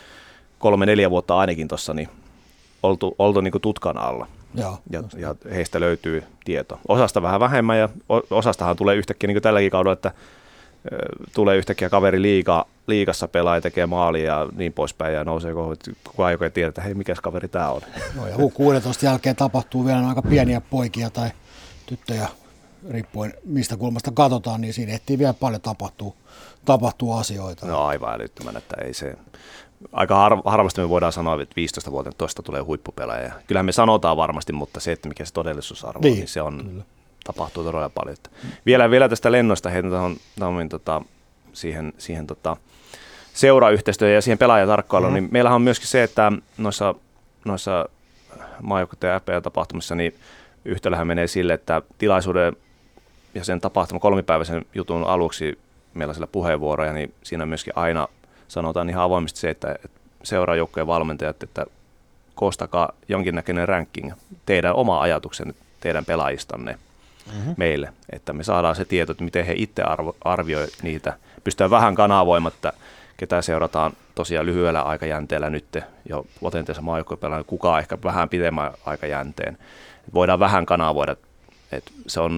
kolme, neljä vuotta ainakin tuossa niin oltu, oltu niin kuin tutkan alla. Joo, ja, ja heistä löytyy tieto. Osasta vähän vähemmän ja osastahan tulee yhtäkkiä niin kuin tälläkin kaudella, että ö, tulee yhtäkkiä kaveri liiga, liigassa pelaa ja tekee maalia ja niin poispäin ja nousee kohon, että kukaan ei oikein tiedä, että hei, mikäs kaveri tämä on. No ja U kuusitoista jälkeen tapahtuu vielä aika pieniä poikia tai tyttöjä, riippuen mistä kulmasta katsotaan, niin siinä ehtii vielä paljon tapahtuu, tapahtuu asioita. No aivan älyttömän, että ei se... Aika harvasti me voidaan sanoa, että viisitoista vuotta tuosta tulee huippupelaaja. Kyllähän me sanotaan varmasti, mutta se, että mikä se todellisuusarvo on, niin, niin se on, kyllä. tapahtuu todella paljon. Mm. Vielä, vielä tästä lennosta heitän tuohon, tuohon, tota, siihen, siihen tota, seurayhteistyöhön ja siihen pelaajatarkkailuun, mm-hmm. niin meillähän on myöskin se, että noissa, noissa maajoukkueiden ja F B A-tapahtumissa niin yhtälöhän menee sille, että tilaisuuden ja sen tapahtuman kolmipäiväisen jutun aluksi meillä on siellä puheenvuoroja, niin siinä myöskin aina sanotaan ihan avoimesti se, että seuraajoukkojen valmentajat, että koostakaa jonkinnäköinen ranking, teidän oma ajatuksen teidän pelaajistanne mm-hmm. meille, että me saadaan se tieto, että miten he itse arvo, arvioi niitä. Pystytään vähän kanavoimatta, ketä seurataan tosiaan lyhyellä aikajänteellä nyt jo potentiaalissa maajoukkuepelaajalla, kukaan ehkä vähän pidemmän aikajänteen. Voidaan vähän kanavoida, että se on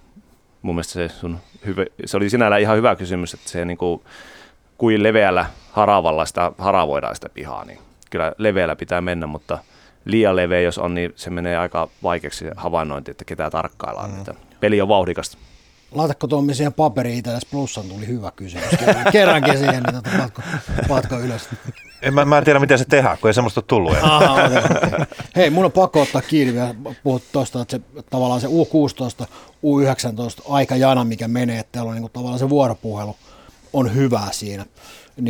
mun mielestä se, sun hyvä, se oli sinällään ihan hyvä kysymys, että se niin kuin kuin leveällä haravalla sitä haravoidaan sitä pihaa, niin kyllä leveällä pitää mennä, mutta liian leveä jos on, niin se menee aika vaikeaksi havainnointi, että ketä tarkkaillaan. Mm. Niitä. Peli on vauhdikasta. Laitatko tuommin siihen paperiin itsellesi plussan, tuli hyvä kysymys. Kerrankin siihen, niin paatko, paatko ylös. En mä, mä en tiedä, miten se tehdään, kun ei semmoista ole tullut. Aha, hei, mun on pakko ottaa kiinni vielä, puhut tuosta, että se, tavallaan se U kuusitoista, U yhdeksäntoista aikajana, mikä menee, että teillä on niin kuin, tavallaan se vuoropuhelu on hyvää siinä, niin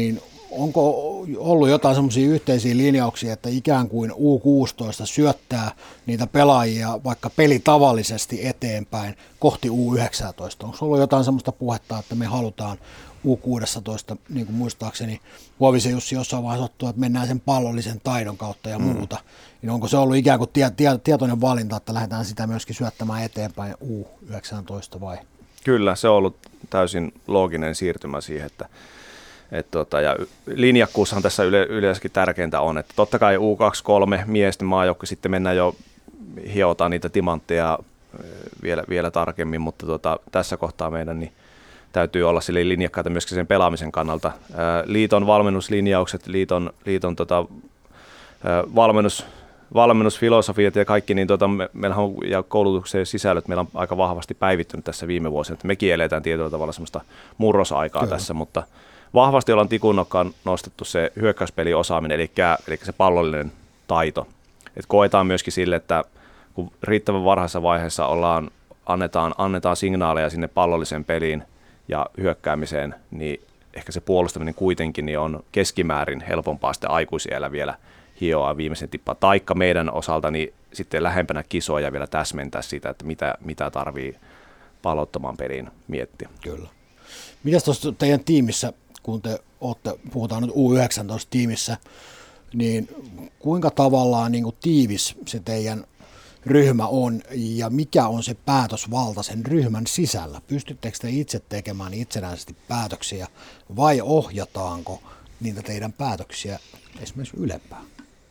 onko ollut jotain semmoisia yhteisiä linjauksia, että ikään kuin U kuusitoista syöttää niitä pelaajia vaikka pelitavallisesti eteenpäin kohti U yhdeksäntoista? Onko ollut jotain semmoista puhetta, että me halutaan U kuusitoista, niin kuin muistaakseni Huovisen Jussi jossain vaiheessa ottaa, että mennään sen pallollisen taidon kautta ja muuta, mm. niin onko se ollut ikään kuin tie, tie, tietoinen valinta, että lähdetään sitä myöskin syöttämään eteenpäin U yhdeksäntoista vai? Kyllä, se on ollut täysin looginen siirtymä siihen, että et tota, ja linjakkuushan tässä yle, yleensäkin tärkeintä on, että totta kai U kaksikymmentäkolme miesten maajoukko, sitten mennään jo hiotaan niitä timantteja vielä, vielä tarkemmin, mutta tota, tässä kohtaa meidän niin täytyy olla sille linjakkaita myöskin sen pelaamisen kannalta. Ää, liiton valmennuslinjaukset, liiton, liiton tota, ää, valmennus, valmennusfilosofiat ja kaikki, niin tota, me, meillähän on, ja koulutuksen sisällöt meillä on aika vahvasti päivittynyt tässä viime vuosina, että mekin eletään tietyllä tavalla semmoista murrosaikaa Kyllä. tässä, mutta vahvasti ollaan tikunnokkaan nostettu se hyökkäyspeliosaaminen, eli, eli se pallollinen taito. Et koetaan myöskin sille, että kun riittävän varhaisessa vaiheessa ollaan, annetaan, annetaan signaaleja sinne pallolliseen peliin ja hyökkäämiseen, niin ehkä se puolustaminen kuitenkin niin on keskimäärin helpompaa sitten aikuisiellä vielä hioa viimeisen tippaa. Taikka meidän osalta niin sitten lähempänä kisoja vielä täsmentää sitä, että mitä, mitä tarvii pallottoman peliin miettiä. Kyllä. Mitäs tuossa teidän tiimissä, kun te olette, puhutaan nyt U yhdeksäntoista-tiimissä, niin kuinka tavallaan niin kuin tiivis se teidän ryhmä on ja mikä on se päätösvalta sen ryhmän sisällä? Pystyttekö te itse tekemään itsenäisesti päätöksiä vai ohjataanko niitä teidän päätöksiä esimerkiksi ylempään?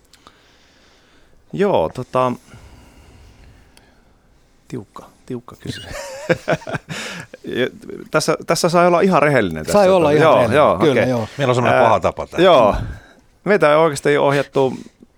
Joo, tota, tiukka, tiukka kysymys. tässä, tässä sai olla ihan rehellinen. Sai tästä. olla ihan joo, rehellinen, joo, kyllä okay. joo. Meillä on semmoinen paha tapa täällä. Joo, meitä on oikeasti ohjattu,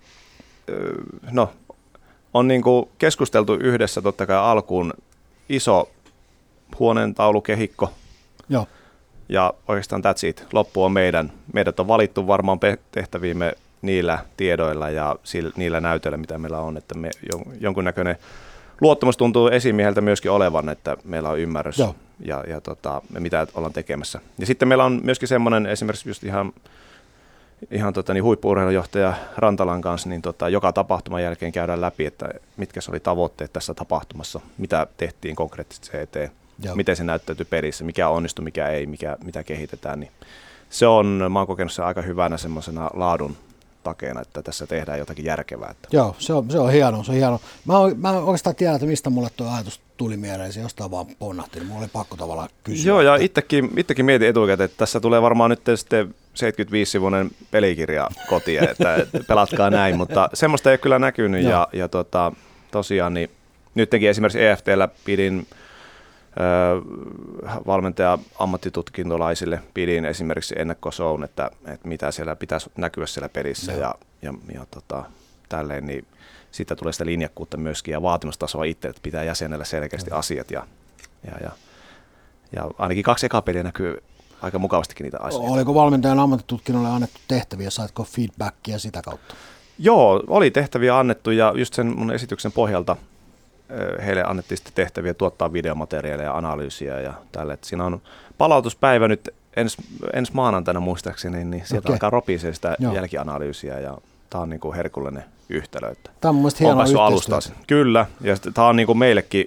no, on niin kuin keskusteltu yhdessä totta kai alkuun iso huoneentaulukehikko. Joo. Ja oikeastaan that's it. Loppu on meidän. Meidät on valittu varmaan tehtäviimme niillä tiedoilla ja niillä näytöillä, mitä meillä on. Että me jonkunnäköinen luottamus tuntuu esimieheltä myöskin olevan, että meillä on ymmärrys Joo. ja, ja tota, mitä ollaan tekemässä. Ja sitten meillä on myöskin semmoinen esimerkiksi just ihan ihan tota, niin huippu-urheilujohtaja Rantalan kanssa, niin tota, joka tapahtuman jälkeen käydään läpi, että mitkä se oli tavoitteet tässä tapahtumassa, mitä tehtiin konkreettisesti se eteen, Joo. miten se näyttäytyi pelissä, mikä onnistui, mikä ei, mikä, mitä kehitetään. Niin se on, mä oon kokenut sen aika hyvänä semmoisena laadun takeena, että tässä tehdään jotakin järkevää. Että. Joo, se on, se on hieno, se on hieno. Mä, mä oikeastaan tiedän, että mistä mulle tuo ajatus tuli mieleen, se jostain vaan ponnahti, niin mulla oli pakko tavallaan kysyä. Joo, ja itsekin, itsekin mietin etukäteen, että tässä tulee varmaan nyt sitten seitsemänkymmentäviisi-sivuinen pelikirja kotiin, että pelatkaa näin, mutta semmoista ei ole kyllä näkynyt, ja, ja tota, tosiaan niin nytkin esimerkiksi E F T:llä pidin ö, valmentaja ammattitutkintolaisille pidin esimerkiksi ennakkosoun, että, että mitä siellä pitäisi näkyä siellä pelissä, no. ja, ja, ja tota, tälleen, niin siitä tulee sitä linjakkuutta myöskin, ja vaatimustasoa itse, että pitää jäsenellä selkeästi no. asiat, ja, ja, ja, ja ainakin kaksi eka peliä näkyy aika mukavastikin niitä asioita. Oliko valmentajan ammattitutkinnolle annettu tehtäviä, saitko feedbackia sitä kautta? Joo, oli tehtäviä annettu ja just sen mun esityksen pohjalta heille annettiin sitten tehtäviä tuottaa videomateriaalia ja analyysiä ja tälle. Siinä on palautuspäivä nyt ens, ensi maanantaina muistaakseni, niin sieltä okay. alkaa ropisee sitä Joo. jälkianalyysiä ja tämä on niin kuin herkullinen yhtälö. Tämä on mun mielestä hienoa yhteistyötä. Kyllä, ja tämä on niin kuin meillekin,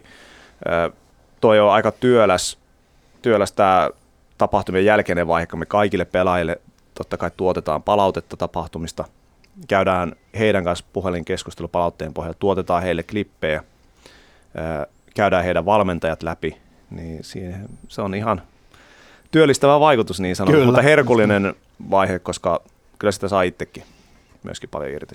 toi on aika työläs, työläs tämä tapahtumien jälkeinen vaihe, kun me kaikille pelaajille totta kai tuotetaan palautetta tapahtumista, käydään heidän kanssa puhelinkeskustelu palautteen pohjalta, tuotetaan heille klippejä, käydään heidän valmentajat läpi, niin siihen, se on ihan työllistävä vaikutus niin sanottu, mutta herkullinen vaihe, koska kyllä sitä saa itsekin myöskin paljon irti.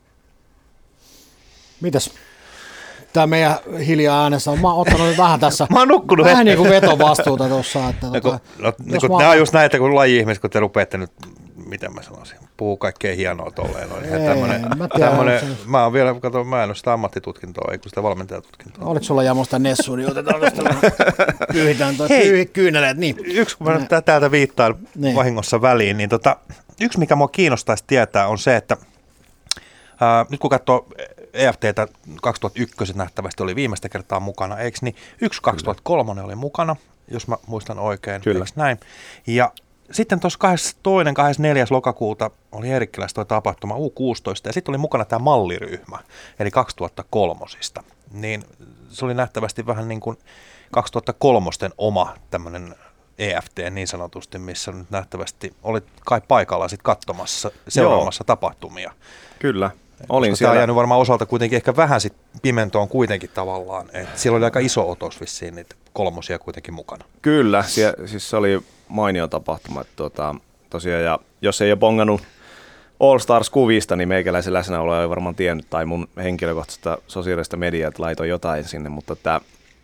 Mitäs? Tämä meidän hiljaa äänessä on, mä oon ottanut nyt vähän tässä, mä oon nukkunut vähän niin kuin vetovastuuta tuossa. Että no, tota, no, niin kun, nämä on just näitä, kun laji-ihmiset, kun te rupeatte nyt, miten mä sanoisin, puhuu kaikkea hienoa tolleen. No, ei, tämmönen, mä, tiedän, tämmönen, se... mä oon vielä, kato, mä en ole sitä ammattitutkintoa, ei kun sitä valmentajatutkintoa. Oliko sulla Jamosta Nessu, niin otetaan tuosta, pyyhitään tuo pyyhi, kyyneleet. Niin. Yksi, kun mä nyt täältä viittaan niin. vahingossa väliin, niin tota, yksi, mikä mua kiinnostaisi tietää, on se, että ää, nyt kun katsoo E F T:tä kaksituhattayksi nähtävästi oli viimeistä kertaa mukana, eikö niin? Yksi kaksituhattakolme oli mukana, jos mä muistan oikein, eikö näin? Ja sitten tuossa kahdeskymmenestoinen kahdeskymmenesneljäs lokakuuta oli Eerikkilässä tuo tapahtuma U kuusitoista ja sitten oli mukana tämä malliryhmä, eli kaksituhattakolme. Niin se oli nähtävästi vähän niin kuin kaksituhattakolme oma tämmöinen E F T niin sanotusti, missä nyt nähtävästi olit kai paikalla sit katsomassa, seuraamassa Joo. tapahtumia. Kyllä, olin Koska siellä. Tämä on jäänyt varmaan osalta kuitenkin ehkä vähän sit pimentoon kuitenkin tavallaan, että siellä oli aika iso otos vissiin niitä kolmosia kuitenkin mukana. Kyllä, sie, siis se oli mainio tapahtuma. Että tuota, tosiaan, ja jos ei ole bongannut All Stars-kuvista, niin meikäläisen läsnäolo ei varmaan tiennyt, tai mun henkilökohtaista sosiaalista mediaa, että laitoin jotain sinne, mutta että,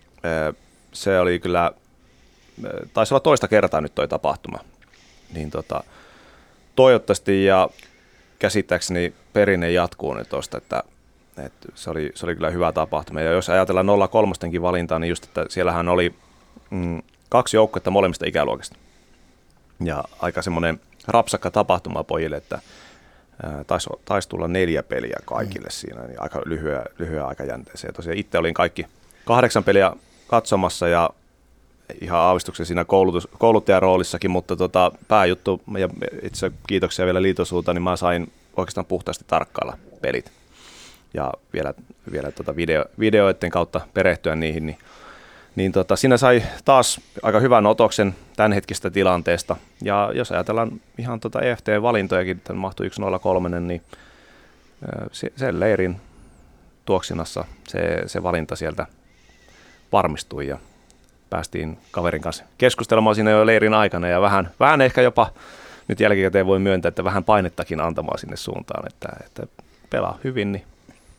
se oli kyllä, taisi olla toista kertaa nyt toi tapahtuma. Niin tota, toivottavasti ja käsittääkseni perinne jatkuu nyt tuosta, että, että se, oli, se oli kyllä hyvä tapahtuma. Ja jos ajatellaan nolla kolme valintaa, niin just, että siellähän oli mm, kaksi joukkuetta molemmista ikäluokista. Ja aika semmoinen rapsakka tapahtuma pojille, että taisi, taisi tulla neljä peliä kaikille mm. siinä, niin aika lyhyen, lyhyen aikajänteeseen. Tosiaan itse olin kaikki kahdeksan peliä katsomassa ja ihan aavistuksen siinä koulutus, kouluttajaroolissakin, mutta tota, pääjuttu, ja itse kiitoksia vielä Liitosuuntaan, niin mä sain oikeastaan puhtaasti tarkkailla pelit. Ja vielä, vielä tota video, videoiden kautta perehtyä niihin, niin, niin tota, siinä sai taas aika hyvän otoksen tämänhetkistä tilanteesta. Ja jos ajatellaan ihan tota E F T-valintojakin, että mahtui yksi nolla kolme, niin sen leirin tuoksinassa se, se valinta sieltä varmistui ja päästiin kaverin kanssa keskustelemaan siinä jo leirin aikana ja vähän, vähän ehkä jopa nyt jälkikäteen voi myöntää, että vähän painettakin antamaan sinne suuntaan, että, että pelaa hyvin, niin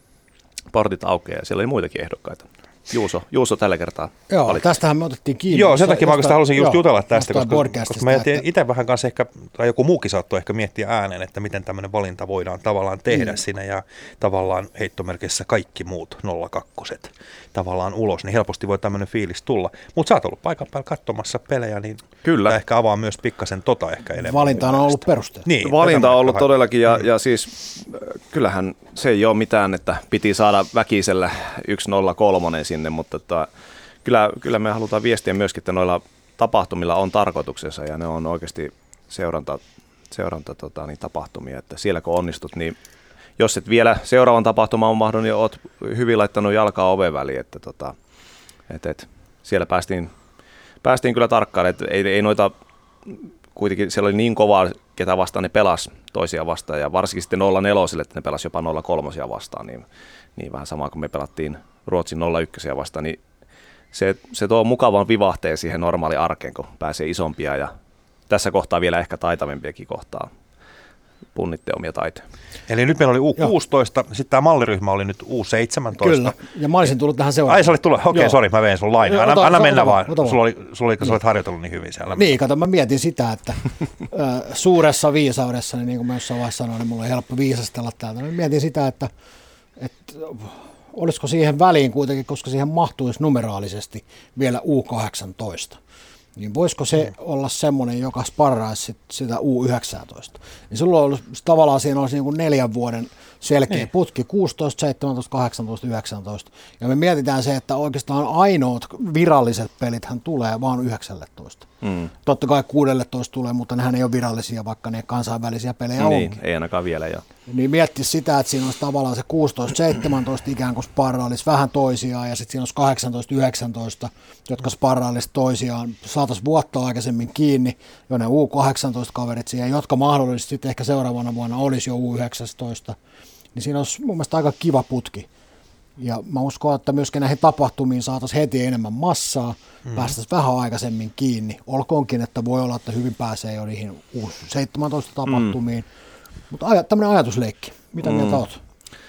portit aukeaa ja siellä oli muitakin ehdokkaita. Juuso, Juuso tällä kertaa. Joo, valitti. Tästähän me otettiin kiinni. Joo, sen takia mä oikeastaan halusin just jutella tästä, koska, koska mä että... itse vähän kanssa ehkä, tai joku muukin saattoi ehkä miettiä ääneen, että miten tämmöinen valinta voidaan tavallaan tehdä mm. siinä ja tavallaan heittomerkissä kaikki muut nolla kaksi tavallaan ulos, niin helposti voi tämmöinen fiilis tulla. Mutta sä oot ollut paikan päällä katsomassa pelejä, niin Kyllä. ehkä avaa myös pikkasen tota ehkä enemmän. Valinta on ollut perusteet. Niin, Valinta on ollut todellakin, ja, ja siis kyllähän se ei ole mitään, että piti saada väkisellä yksi nolla kolme sinne, mutta että, kyllä, kyllä me halutaan viestiä myöskin, että noilla tapahtumilla on tarkoituksensa, ja ne on oikeasti seuranta, seuranta tota, niin tapahtumia, että siellä kun onnistut, niin jos et vielä seuraavan tapahtuman on mahdollinen, niin olet hyvin laittanut jalkaa oven väliin, että tota, et, et, siellä päästiin, päästiin kyllä tarkkaan, että ei, ei noita, kuitenkin siellä oli niin kovaa, ketä vastaan ne pelasi toisia vastaan, ja varsinkin sitten nolla neljä, että ne pelasi jopa nolla kolme vastaan, niin, niin vähän samaa kuin me pelattiin Ruotsin nolla yksi vastaan, niin se, se tuo mukavan vivahteen siihen normaali arkeen, kun pääsee isompia, ja tässä kohtaa vielä ehkä taitavempiakin kohtaa. Punnitte omia taitoja. Eli nyt meillä oli U kuusitoista, sitten tämä malliryhmä oli nyt U seitsemäntoista. Kyllä, ja mä olisin tullut tähän seuraavaan. Ai sä olit tullut, okei, okay, sori, mä vein sun lainaa. Anna, Ota, anna ota, mennä ota, vaan, ota, sulla oli, sulla oli, kun sä olet harjoitellut niin hyvin siellä. Niin, kato, mä mietin sitä, että äh, suuressa viisaudessa, niin, niin kuin mä jossain vaiheessa sanoin, niin mulla on helppo viisastella täältä. Mä mietin sitä, että, että olisiko siihen väliin kuitenkin, koska siihen mahtuisi numeraalisesti vielä U kahdeksantoista. Niin voisiko se mm. olla semmoinen, joka sparraisi sit sitä U yhdeksäntoista? Niin silloin olisi, tavallaan siinä olisi niin kuin neljän vuoden selkeä niin. putki, kuusitoista, seitsemäntoista, kahdeksantoista, yhdeksäntoista. Ja me mietitään se, että oikeastaan ainoat viralliset pelithän tulee vaan yhdeksäntoista. Mm. Totta kai kuusitoista tulee, mutta nehän ei ole virallisia, vaikka ne kansainvälisiä pelejä niin, onkin. Ei ainakaan vielä, joo. Niin miettisi sitä, että siinä olisi tavallaan se kuusitoista, seitsemäntoista ikään kuin sparrailisi vähän toisiaan, ja sitten siinä olisi kahdeksantoista, yhdeksäntoista, jotka sparrailisi toisiaan. Saataisiin vuotta aikaisemmin kiinni jo ne U kahdeksantoista-kaverit siihen, jotka mahdollisesti sitten ehkä seuraavana vuonna olisi jo U yhdeksäntoista. Niin siinä olisi mun mielestä aika kiva putki. Ja mä uskon, että myöskin näihin tapahtumiin saataisiin heti enemmän massaa, mm. päästäisiin vähän aikaisemmin kiinni. Olkoonkin, että voi olla, että hyvin pääsee jo niihin U seitsemäntoista tapahtumiin. Mm. Mutta aj- tämmöinen ajatusleikki. Mitä mm. mieltä oot?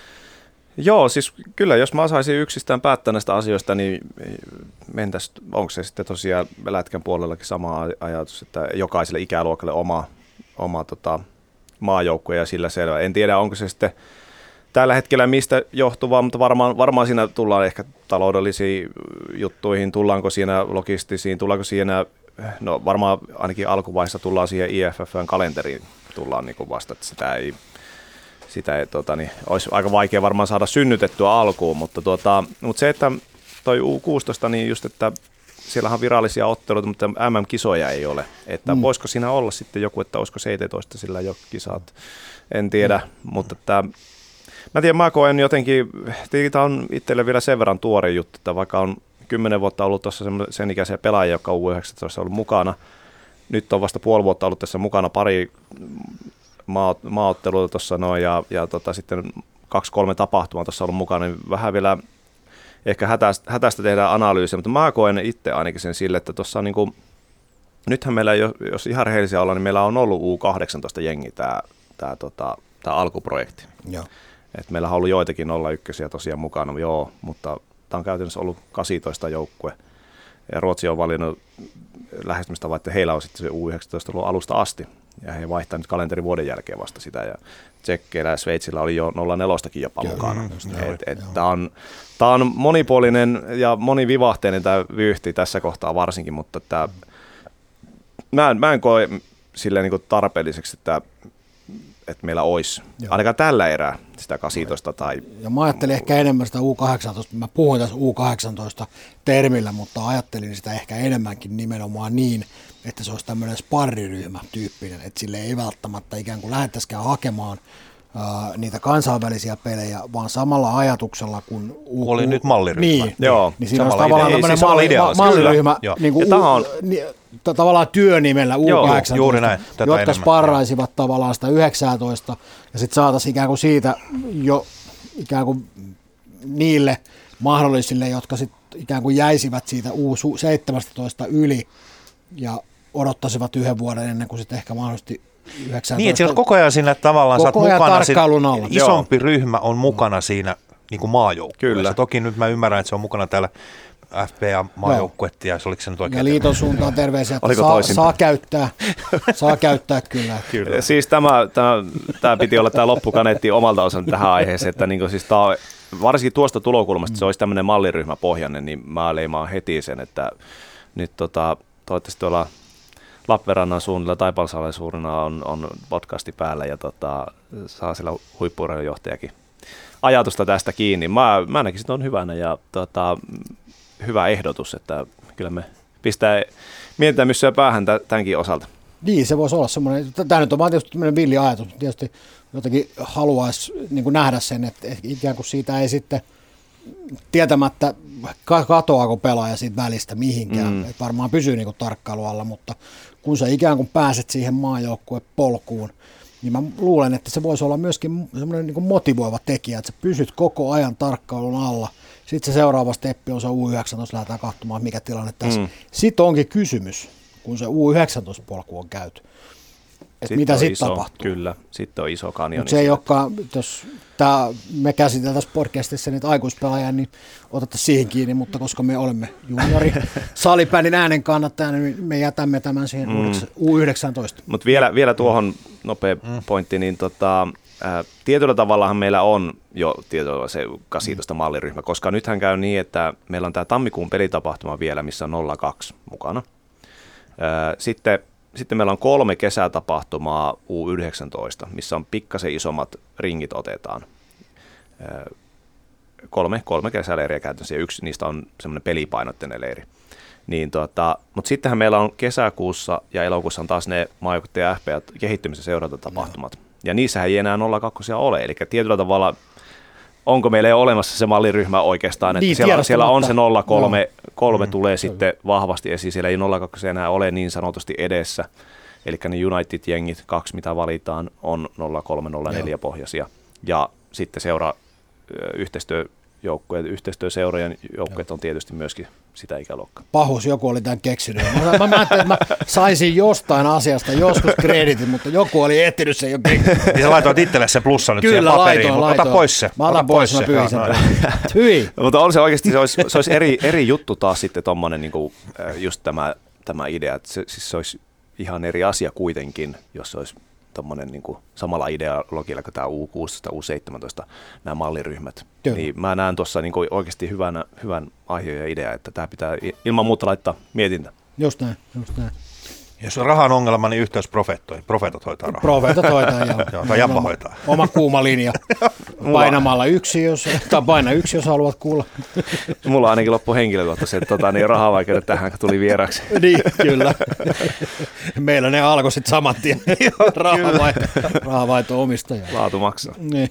Joo, siis kyllä, jos mä saisin yksistään päättää näistä asioista, niin mentäisiin, onko se sitten tosiaan lätkän puolellakin sama ajatus, että jokaiselle ikäluokalle oma, oma tota, maajoukkue ja sillä selvä. En tiedä, onko se sitten tällä hetkellä mistä johtuvaa, mutta varmaan, varmaan siinä tullaan ehkä taloudellisiin juttuihin, tullaanko siinä logistisiin, tullaanko siinä, no varmaan ainakin alkuvaiheessa tullaan siihen I F F:n kalenteriin, tullaan niin kuin vasta, että sitä ei, sitä ei tota, niin, olisi aika vaikea varmaan saada synnytettyä alkuun, mutta, tuota, mutta se, että toi U kuusitoista, niin just, että siellähän on virallisia otteluita, mutta M M-kisoja ei ole. Että mm. voisiko siinä olla sitten joku, että olisiko seitsemäntoista sillä jo kisat, en tiedä, mm. mutta että mä tiedän, mä koen jotenkin, tämä on itselle vielä sen verran tuori juttu, että vaikka on kymmenen vuotta ollut tuossa sen ikäisiä pelaajia, jotka on U yhdeksäntoista ollut mukana, nyt on vasta puoli vuotta ollut tässä mukana pari maa, maaottelua tuossa noin ja, ja tota, sitten kaksi kolme tapahtumaa tuossa ollut mukana, niin vähän vielä ehkä hätäistä, hätäistä tehdään analyysiä, mutta mä koen itse ainakin sen sille, että tuossa on niin kuin, nythän meillä, jos ihan rehellisiä ollaan, niin meillä on ollut U kahdeksantoista jengi tämä, tämä, tota, tämä alkuprojekti. Joo. Et meillä on ollut joitakin nolla ykkösiä tosiaan mukana, joo, mutta tämä on käytännössä ollut kahdeksantoista joukkue. Ja Ruotsi on valinnut lähestymistavan, että heillä on sitten se U yhdeksäntoista ollut alusta asti. Ja he vaihtaa nyt kalenterivuoden jälkeen vasta sitä. Ja Tsekkeillä ja Sveitsillä oli jo nolla neljä jopa joo, mukana. Tämä on, on monipuolinen ja monivivahteinen tämä vyyhti tässä kohtaa varsinkin, mutta tää, mä, en, mä en koe silleen niin kuin tarpeelliseksi, että että meillä olisi, joo, ainakaan tällä erää sitä kahdeksantoista tai... Ja mä ajattelin ehkä enemmän sitä U kahdeksantoista, mä puhuin tässä U kahdeksantoista termillä, mutta ajattelin sitä ehkä enemmänkin nimenomaan niin, että se olisi tämmöinen sparriryhmä tyyppinen, että sille ei välttämättä ikään kuin lähdettäisikään hakemaan uh, niitä kansainvälisiä pelejä, vaan samalla ajatuksella kuin... U- oli U- nyt malliryhmä. Niin, joo, niin siinä olisi tavallaan tämmöinen siis malli, ma- malliryhmä, niin kuin U- on... ni- tavallaan työnimellä U kahdeksantoista, joo, näin, jotka enemmän sparraisivat joo tavallaan sitä yhdeksäntoista ja sitten saataisiin ikään kuin siitä jo ikään kuin niille mahdollisille, jotka sitten ikään kuin jäisivät siitä U seitsemäntoista yli ja odottaisivat yhden vuoden ennen kuin sitten ehkä mahdollisesti yhdeksäntoista. Niin, että siellä koko ajan siinä tavallaan koko ajan mukana, tarkkailun alla. Isompi joo ryhmä on mukana siinä niin kuin maajoukkueessa. Toki nyt mä ymmärrän, että se on mukana täällä F P A-maajoukkuetti ja oliko se nyt oikein? Ja liiton suuntaan terveisiä, että saa, saa käyttää, saa käyttää kyllä. kyllä. Siis tämä, tämä, tämä piti olla tämä loppukaneetti omalta osan tähän aiheeseen, että niin siis tämä on, varsinkin tuosta tulokulmasta, se olisi tämmöinen malliryhmäpohjainen, niin mä leimaan heti sen, että nyt tota, toivottavasti tuolla Lappeenrannan suunnilla tai Taipalsaaren suunnilla on, on podcasti päällä ja tota, saa siellä huippu-urheilujohtajakin ajatusta tästä kiinni. Mä, mä näkisin tuon hyvänä ja tota, hyvä ehdotus, että kyllä me pistää mietitään myssyä päähän tämänkin osalta. Niin, se voisi olla semmoinen, tämä nyt on vaan tietysti tämmöinen villi ajatus, mutta tietysti jotenkin haluaisi niin kuin nähdä sen, että ikään kuin siitä ei sitten tietämättä katoako pelaaja siitä välistä mihinkään, mm. että varmaan pysyy niin kuin tarkkailualla, mutta kun sä ikään kuin pääset siihen maajoukkuepolkuun, niin mä luulen, että se voisi olla myöskin semmoinen niin kuin motivoiva tekijä, että sä pysyt koko ajan tarkkailun alla. Sitten se seuraava steppi on se U yhdeksäntoista, lähdetään katsomaan, mikä tilanne tässä. Mm. Sitten onkin kysymys, kun se U yhdeksäntoista-polku on käyty, että mitä sitten tapahtuu. Kyllä, sitten on iso kanioni. Mutta se ei olekaan, jos tää, me käsiteltäisiin podcastissa niitä aikuispelaajia, niin otettaisiin siihen kiinni, mutta koska me olemme juniori salibändin äänen kannattajana, niin me jätämme tämän siihen mm. U yhdeksäntoista. Mutta vielä, vielä tuohon nopea mm. pointti, niin tota, ää, tietyllä tavallahan meillä on jo tietyllä se kahdeksantoista malliryhmä, koska nythän käy niin, että meillä on tämä tammikuun pelitapahtuma vielä, missä on nolla kaksi mukana. Ää, sitten Sitten meillä on kolme kesätapahtumaa U yhdeksäntoista, missä on pikkasen isommat ringit otetaan. Kolme, kolme kesäleiriä käytännössä ja yksi niistä on semmoinen pelipainotteinen leiri. Niin tota, mutta sittenhän meillä on kesäkuussa ja elokuussa on taas ne maajoukkueiden ja F P A-kehittymisen seurantatapahtumat. No. Ja niissähän ei enää nolla kaksi ole, eli tietyllä tavalla onko meillä jo olemassa se malliryhmä oikeastaan, että niin, siellä, siellä on se nolla kolme, kolme mm, tulee sitten vahvasti esiin, siellä ei nolla kaksi enää ole niin sanotusti edessä, eli ne United-jengit, kaksi mitä valitaan, on nolla kolme nolla neljä pohjaisia, ja sitten seura yhteistyöjoukkueet, yhteistyöseurojen joukkueet on tietysti myöskin sitä ikäluokkaa. Pahus, joku oli tämän keksinyt. Mä, mä, mä ajattelin, että mä saisin jostain asiasta joskus kreditin, mutta joku oli etsinyt sen jo keksinyt. Niin sä laitoit itselle se plussa nyt kyllä, siihen paperiin. Laitoin, laitoin. Ota pois se. Mä otan pois, mä pyyhin sen. Hyi. Mutta on se oikeasti, se olisi, se olisi eri, eri juttu taas sitten tommonen niin kuin, just tämä, tämä idea, että se, siis se olisi ihan eri asia kuitenkin, jos se olisi tommonen niin kuin samalla ideologilla kuin tämä U kuusitoista, U seitsemäntoista, nämä malliryhmät. Niin mä näen tuossa niin kuin oikeasti hyvän, hyvän aiheen ja idea, että tämä pitää ilman muuta laittaa mietintä. Just näin, just näin. Jos on rahan ongelma, niin yhteys profeettoihin. Profeetat hoitaa rahaa. Profeetat hoitaa, joo. Joo, tai Jabba hoitaa. Oma kuuma linja. Painamalla yksi, jos, tai paina yksi, jos haluat kuulla. Mulla ainakin loppu henkilökohtaisesti tota, niin rahavaikeudet tähän, kun tuli vieraksi. Niin, kyllä. Meillä ne alkoi sitten saman tien. Rahavaito omistaja. Laatu maksaa. Niin.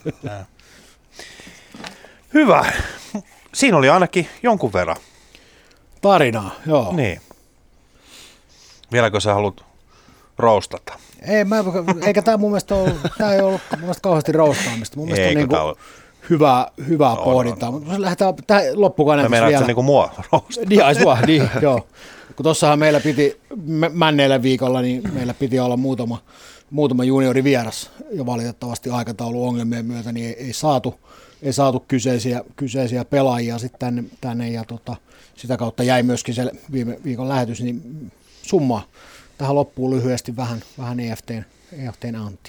Hyvä. Siinä oli ainakin jonkun verran. Tarinaa, joo. Niin. Vieläkö sä haluat roustata? Ei, mä, eikä tämä mun mielestä ole, tämä ei ollut mun mielestä kauheasti roustaamista. Mun mielestä Eikö on niin ole? hyvää, hyvää pohdintaa. Mutta lähdetään tähän loppukaneetiksi Mä vielä. sä niinku mua roustaa. Niin, ai sua, niin, joo. Kun tossahan meillä piti, männeellä viikolla, niin meillä piti olla muutama, muutama juniorivieras, ja valitettavasti aikatauluongelmien myötä niin ei, ei saatu, ei saatu kyseisiä, kyseisiä pelaajia sitten tänne, tänne, ja tota, sitä kautta jäi myöskin se viime viikon lähetys, niin summaa tähän loppuun lyhyesti vähän, vähän E F T:n, E F T:n Antti.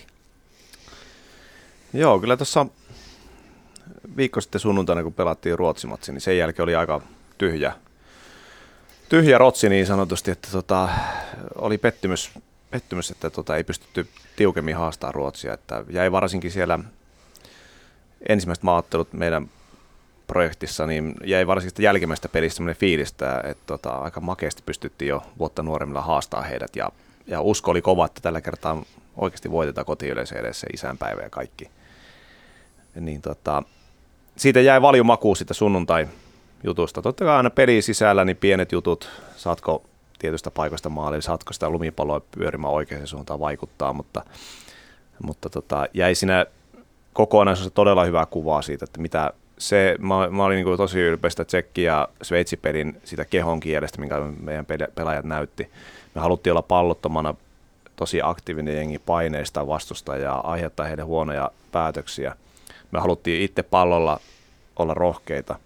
Joo, kyllä tuossa viikko sitten sunnuntaina, kun pelattiin Ruotsimatsi, niin sen jälkeen oli aika tyhjä, tyhjä rotsi niin sanotusti, että tota, oli pettymys, pettymys että tota, ei pystytty tiukemmin haastaa Ruotsia. Että jäi varsinkin siellä ensimmäiset maaottelut meidän projektissa, niin jäi varsinkin jälkimmäistä pelistä sellainen fiilistä, että tota, aika makeasti pystyttiin jo vuotta nuoremmilla haastaa heidät. Ja, ja usko oli kova, että tällä kertaa oikeasti voitetaan kotiyleisö edessä, isänpäivä ja kaikki. Niin tota, siitä jäi valjumakuu sitä sunnuntai-jutusta. Totta kai aina peli sisällä, niin pienet jutut, saatko tietystä paikoista maaliin, saatko sitä lumipalloa pyörimään oikeaan suuntaan vaikuttaa, mutta, mutta tota, jäi siinä kokonaisuudessa todella hyvää kuvaa siitä, että mitä se, mä, mä olin niin tosi ylpeistä Tsekki- ja Sveitsi-pelin sitä kehon kielestä, minkä meidän pelaajat näytti. Me haluttiin olla pallottomana tosi aktiivinen jengi paineista vastusta ja aiheuttaa heille huonoja päätöksiä. Me haluttiin itse pallolla olla rohkeita.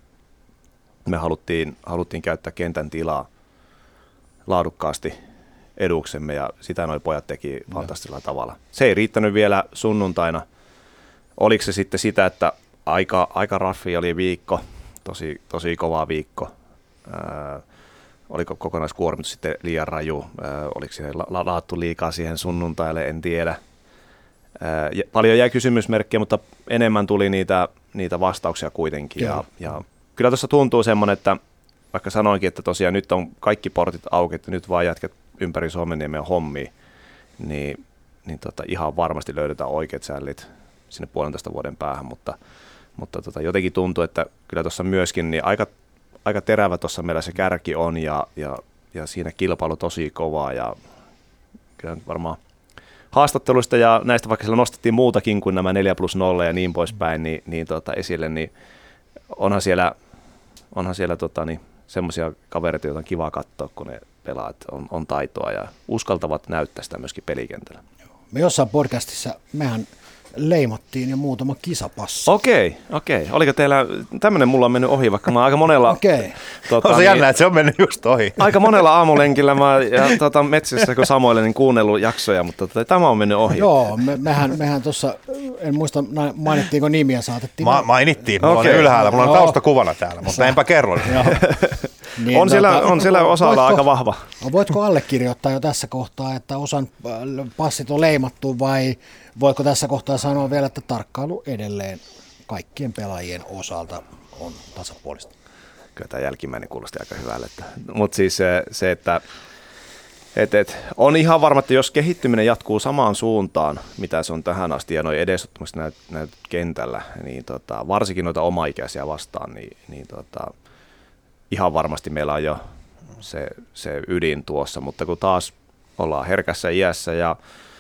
Me haluttiin, haluttiin käyttää kentän tilaa laadukkaasti eduksemme ja sitä noi pojat teki fantastisella tavalla. Se ei riittänyt vielä sunnuntaina. Oliko se sitten sitä, että aika, aika raffi oli viikko, tosi, tosi kova viikko. Ää, oliko kokonaiskuormitus sitten liian raju, ää, oliko siihen la- laattu liikaa siihen sunnuntaille, en tiedä. Ää, paljon jäi kysymysmerkkejä, mutta enemmän tuli niitä, niitä vastauksia kuitenkin. Ja, ja kyllä tuossa tuntuu semmoinen, että vaikka sanoinkin, että tosiaan nyt on kaikki portit auki, että nyt vaan jätkät ympäri Suomenniemen hommia, niin, niin tota, ihan varmasti löydetään oikeat sällit sinne puolentoista vuoden päähän, mutta, mutta tota, jotenkin tuntuu, että kyllä tuossa myöskin niin aika, aika terävä tuossa meillä se kärki on ja, ja, ja siinä kilpailu tosi kovaa ja kyllä varmaan haastatteluista ja näistä vaikka siellä nostettiin muutakin kuin nämä neljä plus nolla ja niin poispäin niin, niin tota, esille, niin onhan siellä, onhan siellä tota, niin, semmoisia kavereita, joita on kiva katsoa, kun ne pelaat, on, on taitoa ja uskaltavat näyttää sitä myöskin pelikentällä. Me jossain podcastissa, mehän leimattiin jo muutama kisapassi. Okei, okei. Oliko teillä, tämmöinen mulla on mennyt ohi, vaikka mä aika monella... Okei. Tota, On se niin, jännä, että se on mennyt just ohi. aika monella aamulenkillä mä ja, tota, metsissä kun samoille niin kuunnellut jaksoja, mutta tota, tämä on mennyt ohi. Joo, me, mehän, mehän tuossa, en muista mainittiinko nimiä, saatettiin. Ma- mainittiin, mulla Okei. on ylhäällä, mulla on Joo. taustakuvana täällä, mutta enpä kerro. Joo. Niin, on, siellä, tota, on siellä osalla voitko- aika vahva. Voitko allekirjoittaa jo tässä kohtaa, että osan passit on leimattu vai voitko tässä kohtaa sanoa vielä, että tarkkailu edelleen kaikkien pelaajien osalta on tasapuolista? Kyllä tämä jälkimmäinen kuulosti aika hyvälle. Mutta siis se, se että et, et, on ihan varma, että jos kehittyminen jatkuu samaan suuntaan, mitä se on tähän asti ja noin edesottomasti näyt, näyt kentällä, niin tota, varsinkin noita omaikäisiä vastaan, niin, niin tota, ihan varmasti meillä on jo se, se ydin tuossa, mutta kun taas ollaan herkässä iässä ja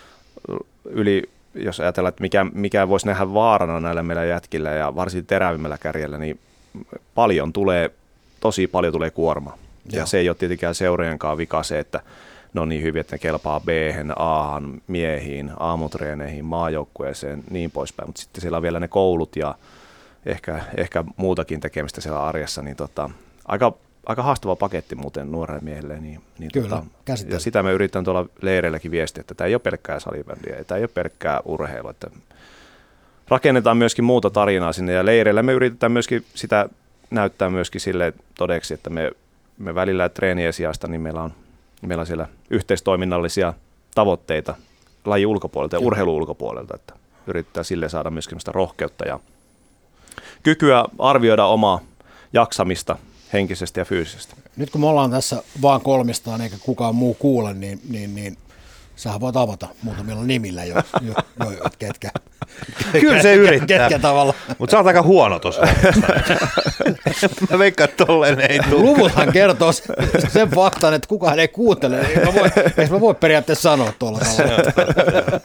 yli, jos ajatellaan, että mikä, mikä voisi nähdä vaarana näillä meillä jätkillä ja varsin terävimmällä kärjellä, niin paljon tulee, tosi paljon tulee kuorma. Ja, ja se ei ole tietenkään seurojenkaan vika se, että ne on niin hyviä, että ne kelpaa B-hen, A-han, miehiin, aamutreeneihin, maajoukkueeseen, niin poispäin. Mutta sitten siellä on vielä ne koulut ja ehkä, ehkä muutakin tekemistä siellä arjessa, niin tota, aika, aika haastava paketti muuten nuorelle miehelle. Niin, niin Kyllä, tota, käsittelen. ja sitä me yritetään tuolla leireilläkin viestiä, että tämä ei ole pelkkää salibändiä, tämä ei ole pelkkää urheilua. Että rakennetaan myöskin muuta tarinaa sinne ja leireillä me yritetään myöskin sitä näyttää myöskin sille todeksi, että me, me välillä treenien sijasta niin meillä on meillä on siellä yhteistoiminnallisia tavoitteita laji ulkopuolelta ja urheilu ulkopuolelta, että yrittää sille saada myöskin sitä rohkeutta ja kykyä arvioida omaa jaksamista henkisesti ja fyysisesti. Nyt kun me ollaan tässä vaan kolmistaan eikä kukaan muu kuule, niin, niin, niin sähän voit avata muutamilla nimillä jo, jo, jo, jo ketkä. Kyllä se yrittää. Ketkä tavalla. Mutta sä oot aika huono tuossa. Mä veikkaan, että tolleen ei tule. Luvuthan kertoo sen faktan, että kukaan ei kuuntele. Eikö mä voi, eikö mä voi periaatteessa sanoa tuolla tavalla?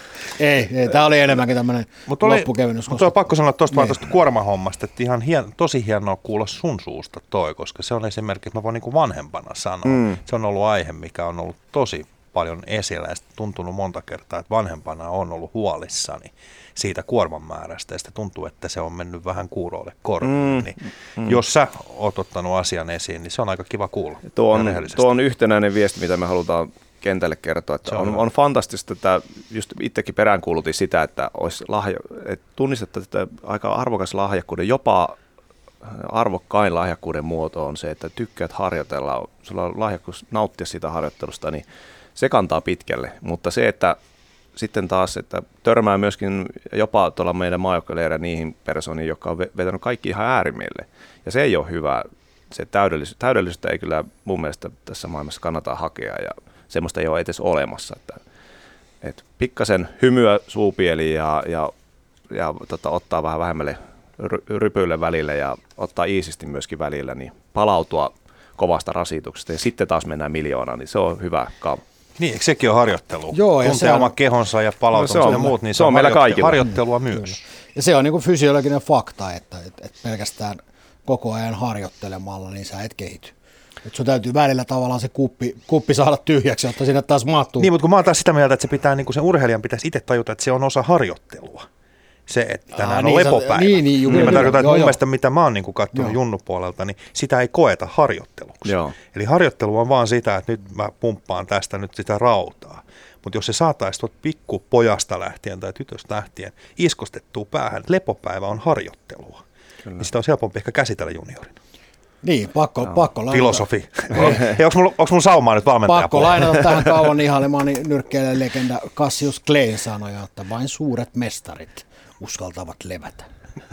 Ei, ei tämä oli enemmänkin tämmöinen loppukevennys. Mutta on pakko sanoa tuosta vaan tuosta kuormahommasta, että ihan hien, tosi hienoa kuulla sun suusta toi, koska se on esimerkiksi, että mä voin niin kuin vanhempana sanoa. Mm. Se on ollut aihe, mikä on ollut tosi paljon esillä ja tuntunut monta kertaa, että vanhempana on ollut huolissani siitä kuorman määrästä ja sitten tuntuu, että se on mennyt vähän kuuroille korviin. Mm. Niin mm. Jos sä oot ottanut asian esiin, niin se on aika kiva kuulla. Tuo on, tuo on yhtenäinen viesti, mitä me halutaan kentälle kertoa, että on, on, on fantastista, että just itsekin peräänkuulutin sitä, että olisi lahja, että tunnistettaisiin, että aika arvokas lahjakkuuden, jopa arvokkain lahjakkuuden muoto on se, että tykkäät harjoitella, sulla on lahjakkuus nauttia siitä harjoittelusta, niin se kantaa pitkälle, mutta se, että sitten taas, että törmää myöskin jopa tuolla meidän maajoukkueleirä niihin persooniin, jotka on vetänyt kaikki ihan äärimmille, ja se ei ole hyvä, se täydellis- täydellisyyttä ei kyllä mun mielestä tässä maailmassa kannata hakea, ja semmoista ei ole edes olemassa, että, että pikkasen hymyä suupieliin ja, ja, ja tota, ottaa vähän vähemmälle rypyille välillä ja ottaa iisisti myöskin välillä, niin palautua kovasta rasituksesta ja sitten taas mennään miljoonaan, niin se on hyvä kauppa. Niin, eikö sekin ole harjoittelu? Joo, ja tuntee on, oman kehonsa ja palautumisen no, ja muut, niin se, se on, on meillä harjoittelu, kaikilla. harjoittelua mm. myös. Ja se on niin kuin fysiologinen fakta, että, että, että pelkästään koko ajan harjoittelemalla, niin sä et kehity. Että sun täytyy välillä tavallaan se kuppi, kuppi saada tyhjäksi, jotta sinne taas mahtuu. Niin, mutta kun mä oon taas sitä mieltä, että se pitää, niin kuin sen urheilijan pitäisi itse tajuta, että se on osa harjoittelua. Se, että tänään Aa, on niin, lepopäivä. Niin, niin, niin mä tarkoitan, että mun mielestä mitä mä oon niin katsonut junnupuolelta, niin sitä ei koeta harjoitteluksi. Joo. Eli harjoittelu on vaan sitä, että nyt mä pumppaan tästä nyt sitä rautaa. Mutta jos se saataisiin tuot pikkupojasta lähtien tai tytöstä lähtien iskostettua päähän, että lepopäivä on harjoittelua, Kyllä. niin sitä on helpompi ehkä käsitellä juniorina. Niin, pakko, no. pakko lainata. Filosofi. Hei, onko mulla, mulla saumaa nyt valmentaja? Pakko lainata tähän kauan ihailemani nyrkkeilijän legenda Cassius Clay sanoja, että vain suuret mestarit uskaltavat levätä.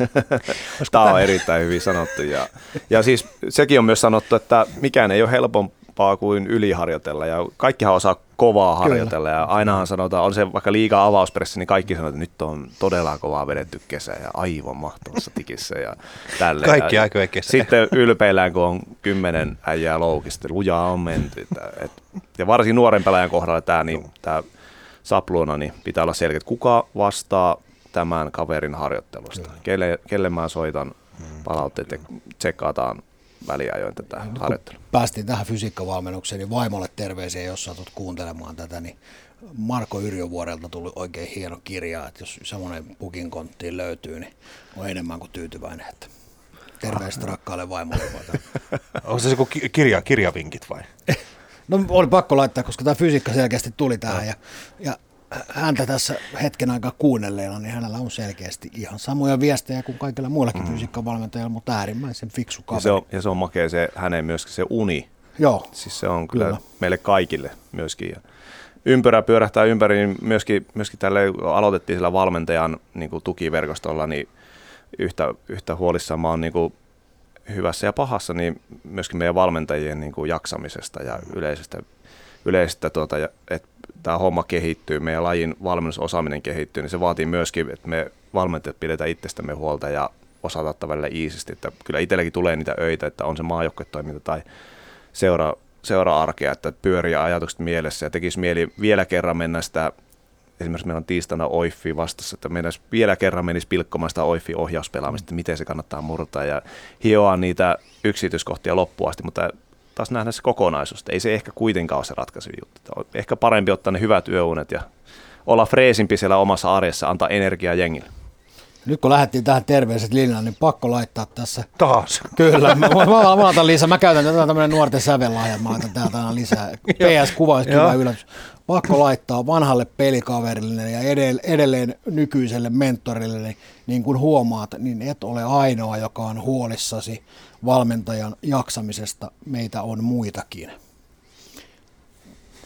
Tämä on erittäin hyvin sanottu. Ja, ja siis sekin on myös sanottu, että mikään ei ole helpompaa kuin yliharjoitella. Ja kaikkihan osaa kovaa harjoitella. Kyllä. Ja ainahan sanotaan, on se vaikka liiga avauspressi, niin kaikki sanoo, että nyt on todella kovaa vedetty kesä ja aivan mahtavassa tikissä. Ja tälle. Kaikki ja aika kesä. Sitten ylpeillään, kun on kymmenen äijää loukista. Lujaa on menty. Et, ja varsin nuoren pelaajan kohdalla tämä, niin, tämä sapluuna niin pitää olla selkeä, että kuka vastaa tämän kaverin harjoittelusta. Kelle, kelle mä soitan palautteet ja tsekkataan väliajoin tätä harjoittelua. Päästiin tähän fysiikkavalmennukseen, niin vaimolle terveisiä, jos satut kuuntelemaan tätä, niin Marko Yrjövuorelta tuli oikein hieno kirja, että jos semmoinen pukin konttiin löytyy, niin on enemmän kuin tyytyväinen. Että terveiset rakkaalle vaimolle. Onko se joku kirja, kirjavinkit vai? No oli pakko laittaa, koska tämä fysiikka selkeästi tuli tähän ja, ja häntä tässä hetken aikaa kuunnelleena, niin hänellä on selkeästi ihan samoja viestejä kuin kaikilla muillakin mm. fysiikkavalmentajilla, mutta äärimmäisen fiksu kaveri. Ja se on, ja se on makea se, hänen myöskin se uni. Joo. Siis se on kyllä, kyllä meille kaikille myöskin. Ja ympyrä pyörähtää ympäri, niin myöskin, myöskin tälle aloitettiin sillä valmentajan niin kuin tukiverkostolla, niin yhtä, yhtä huolissaan mä oon niin kuin hyvässä ja pahassa, niin myöskin meidän valmentajien niin kuin jaksamisesta ja yleisestä, yleisestä tuota, että tämä homma kehittyy, meidän lajin valmennusosaaminen kehittyy, niin se vaatii myöskin, että me valmentajat pidetään itsestämme huolta ja osataan ottaa välillä iisisti. Että kyllä itselläkin tulee niitä öitä, että on se maajoukkuetoiminta tai seura, seura-arkea, että pyörii ajatukset mielessä ja tekisi mieli vielä kerran mennä sitä, esimerkiksi meillä on tiistaina O I F I vastassa, että meidän vielä kerran menisi pilkkomaan sitä O I F I-ohjauspelaamista, että miten se kannattaa murtaa ja hioa niitä yksityiskohtia loppuun asti, mutta taas nähdään se kokonaisuus. Ei se ehkä kuitenkaan ole se ratkaisuja juttu. Ehkä parempi ottaa ne hyvät yöunet ja olla freesimpi siellä omassa arjessa, antaa energiaa jengille. Nyt kun lähdettiin tähän terveiset linjaan, niin pakko laittaa tässä. Taas. Kyllä. Mä, mä, mä laitan lisää. Mä käytän tätä tämmöinen nuorten sävellahja. Mä laitan täältä aina lisää. P S-kuva olisi kiva yllätys. Pakko laittaa vanhalle pelikaverille ja edelleen nykyiselle mentorille, niin, niin kuin huomaat, niin et ole ainoa, joka on huolissasi valmentajan jaksamisesta. Meitä on muitakin.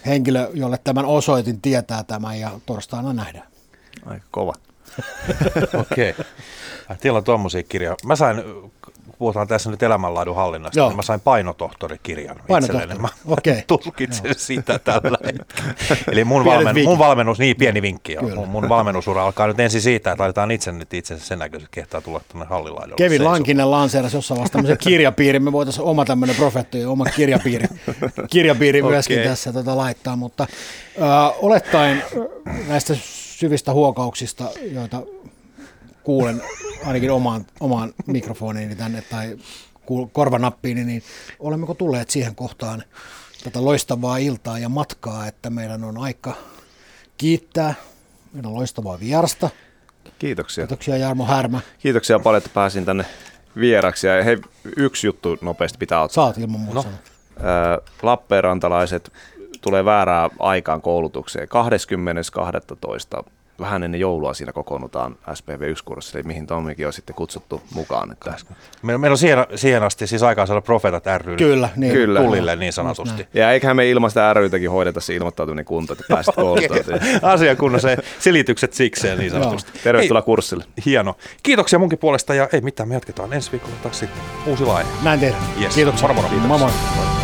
henkilö, jolle tämän osoitin, tietää tämän ja torstaina nähdään. Aika kova. Okei. Okay. Teillä on tuommoisia kirjoja. Mä sain, puhutaan tässä nyt elämänlaadun hallinnasta, niin mä sain painotohtorikirjan itselleni. Mä okay. tulkitsen Joo. sitä tällä hetkellä. Eli mun, valmen, mun valmennus, niin pieni vinkki, mun, mun valmennusura alkaa nyt ensin siitä, että laitetaan itse nyt itse sen näköisesti, kehtaa tulla tuonne hallilaidolle. Kevin seisomaan. Lankinen lanseerasi jossain vasta tämmöisen kirjapiirin, me voitaisiin oma tämmöinen profeettojen oma kirjapiiri, kirjapiiri okay. myöskin tässä tota, laittaa, mutta äh, olettaen näistä syvistä huokauksista, joita kuulen ainakin omaan, omaan mikrofoniini tänne tai korvanappiini, niin olemmeko tulleet siihen kohtaan tätä loistavaa iltaa ja matkaa, että meidän on aika kiittää meidän loistavaa vierasta. Kiitoksia. Kiitoksia Jarmo Härmä. Kiitoksia paljon, että pääsin tänne vieraksi. Ja hei, yksi juttu nopeasti pitää ottaa. Saat ilman muuta. No. Lappeenrantalaiset tulee väärään aikaan koulutukseen. kahdeskymmenes kahdestoista vähän ennen joulua siinä kokoonnutaan S P V yksi-kurssille, mihin Tommikin on sitten kutsuttu mukaan. Että meillä, meillä on siihen, siihen asti siis aikaa saada Profeetat ry Kyllä, niin. Kyllä. tulille niin sanotusti. Ja eiköhän me ilmaista rytäkin hoideta se ilmoittautuminen kunto, että pääsit koulutukseen. Asiakunnassa selitykset sikseen niin sanotusti. Tervetuloa ei, kurssille. Hieno. Kiitoksia munkin puolesta ja ei mitään, me jatketaan ensi viikolla taas sitten uusi laihe. Näin tehdään. Yes. Kiitoksia. Moro moro. Kiitoksia. Moi moi.